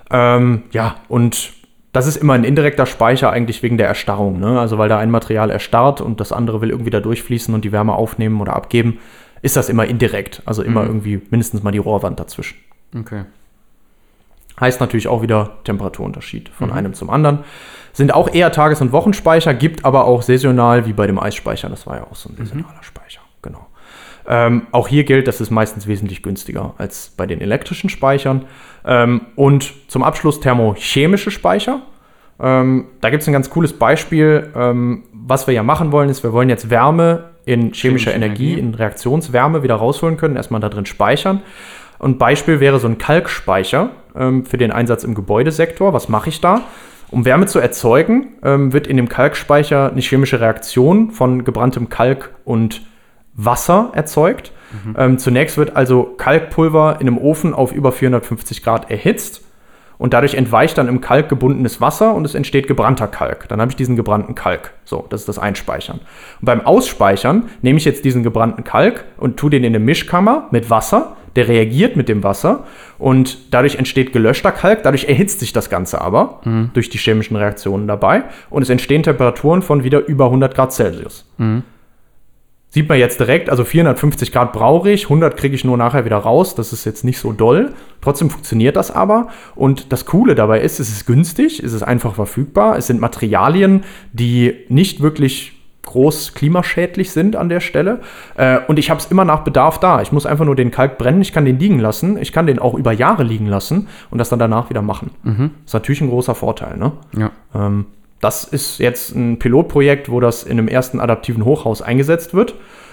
Und das ist immer ein indirekter Speicher eigentlich wegen der Erstarrung. Ne? Also weil da ein Material erstarrt und das andere will irgendwie da durchfließen und die Wärme aufnehmen oder abgeben, ist das immer indirekt. Also immer irgendwie mindestens mal die Rohrwand dazwischen. Okay. Heißt natürlich auch wieder Temperaturunterschied von einem zum anderen. Sind auch eher Tages- und Wochenspeicher, gibt aber auch saisonal, wie bei dem Eisspeicher. Das war ja auch so ein saisonaler Speicher. Genau. Auch hier gilt, das ist meistens wesentlich günstiger als bei den elektrischen Speichern. Und zum Abschluss thermochemische Speicher. Da gibt es ein ganz cooles Beispiel. Was wir ja machen wollen, ist, wir wollen jetzt Wärme in chemischer Energie, in Reaktionswärme wieder rausholen können, erstmal da drin speichern. Und Beispiel wäre so ein Kalkspeicher für den Einsatz im Gebäudesektor. Was mache ich da? Um Wärme zu erzeugen, wird in dem Kalkspeicher eine chemische Reaktion von gebranntem Kalk und Wasser erzeugt. Zunächst wird also Kalkpulver in einem Ofen auf über 450 Grad erhitzt und dadurch entweicht dann im Kalk gebundenes Wasser und es entsteht gebrannter Kalk. Dann habe ich diesen gebrannten Kalk. So, das ist das Einspeichern. Und beim Ausspeichern nehme ich jetzt diesen gebrannten Kalk und tue den in eine Mischkammer mit Wasser. Der reagiert mit dem Wasser und dadurch entsteht gelöschter Kalk. Dadurch erhitzt sich das Ganze aber durch die chemischen Reaktionen dabei und es entstehen Temperaturen von wieder über 100 Grad Celsius. Sieht man jetzt direkt, also 450 Grad brauche ich, 100 kriege ich nur nachher wieder raus, das ist jetzt nicht so doll. Trotzdem funktioniert das aber und das Coole dabei ist, es ist günstig, es ist einfach verfügbar, es sind Materialien, die nicht wirklich groß klimaschädlich sind an der Stelle und ich habe es immer nach Bedarf da. Ich muss einfach nur den Kalk brennen, ich kann den liegen lassen, ich kann den auch über Jahre liegen lassen und das dann danach wieder machen. Das ist natürlich ein großer Vorteil, ne? Ja. Das ist jetzt ein Pilotprojekt, wo das in einem ersten adaptiven Hochhaus eingesetzt wird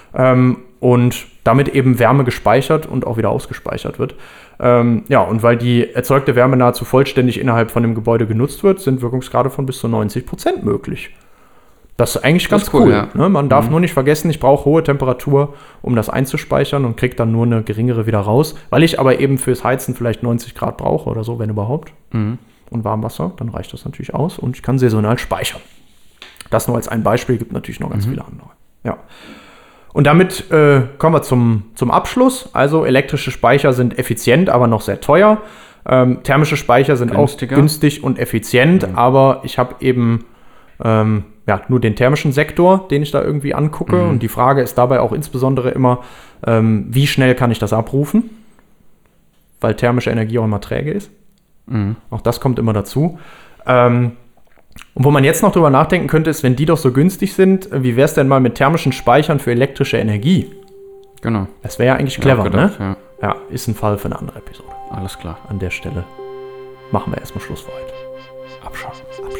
und damit eben Wärme gespeichert und auch wieder ausgespeichert wird. Und weil die erzeugte Wärme nahezu vollständig innerhalb von dem Gebäude genutzt wird, sind Wirkungsgrade von bis zu 90% möglich. Das ist eigentlich ganz cool. Ja. Ne? Man darf nur nicht vergessen, ich brauche hohe Temperatur, um das einzuspeichern und kriege dann nur eine geringere wieder raus. Weil ich aber eben fürs Heizen vielleicht 90 Grad brauche oder so, wenn überhaupt. Und Warmwasser, dann reicht das natürlich aus und ich kann saisonal speichern. Das nur als ein Beispiel, gibt natürlich noch ganz viele andere. Ja. Und damit kommen wir zum Abschluss. Also elektrische Speicher sind effizient, aber noch sehr teuer. Thermische Speicher sind günstiger. Auch günstig und effizient, aber ich habe eben nur den thermischen Sektor, den ich da irgendwie angucke. Und die Frage ist dabei auch insbesondere immer, wie schnell kann ich das abrufen? Weil thermische Energie auch immer träge ist. Auch das kommt immer dazu. Und wo man jetzt noch drüber nachdenken könnte, ist, wenn die doch so günstig sind, wie wäre es denn mal mit thermischen Speichern für elektrische Energie? Genau. Das wäre ja eigentlich clever, gedacht, ne? Ja, ist ein Fall für eine andere Episode. Alles klar. An der Stelle machen wir erstmal Schluss für heute. Abschauen.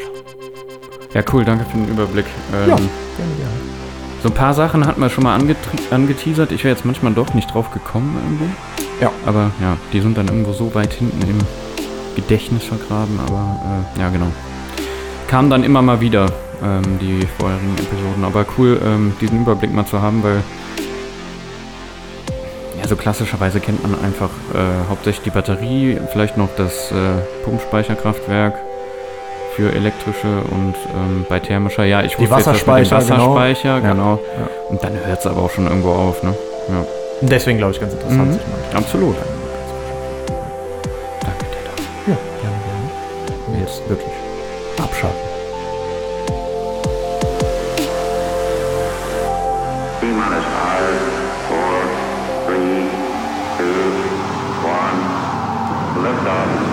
Ja, cool, danke für den Überblick. Gerne. So ein paar Sachen hatten wir schon mal angeteasert. Ich wäre jetzt manchmal doch nicht drauf gekommen irgendwie. Ja. Aber ja, die sind dann irgendwo so weit hinten im Gedächtnis vergraben. Aber ja, genau. Kamen dann immer mal wieder die vorherigen Episoden. Aber cool, diesen Überblick mal zu haben, weil ja, so klassischerweise kennt man einfach hauptsächlich die Batterie, vielleicht noch das Pumpspeicherkraftwerk für elektrische und bei thermischer, ja, ich wusste jetzt den Wasserspeicher, genau. Ja. Und dann hört es aber auch schon irgendwo auf, ne? Ja. Deswegen glaube ich ganz interessant. Sich mal absolut. Danke dir dafür. Ja, gerne. Und jetzt wirklich abschalten. T-minus 5, 4, 3, 2, 1, lift off.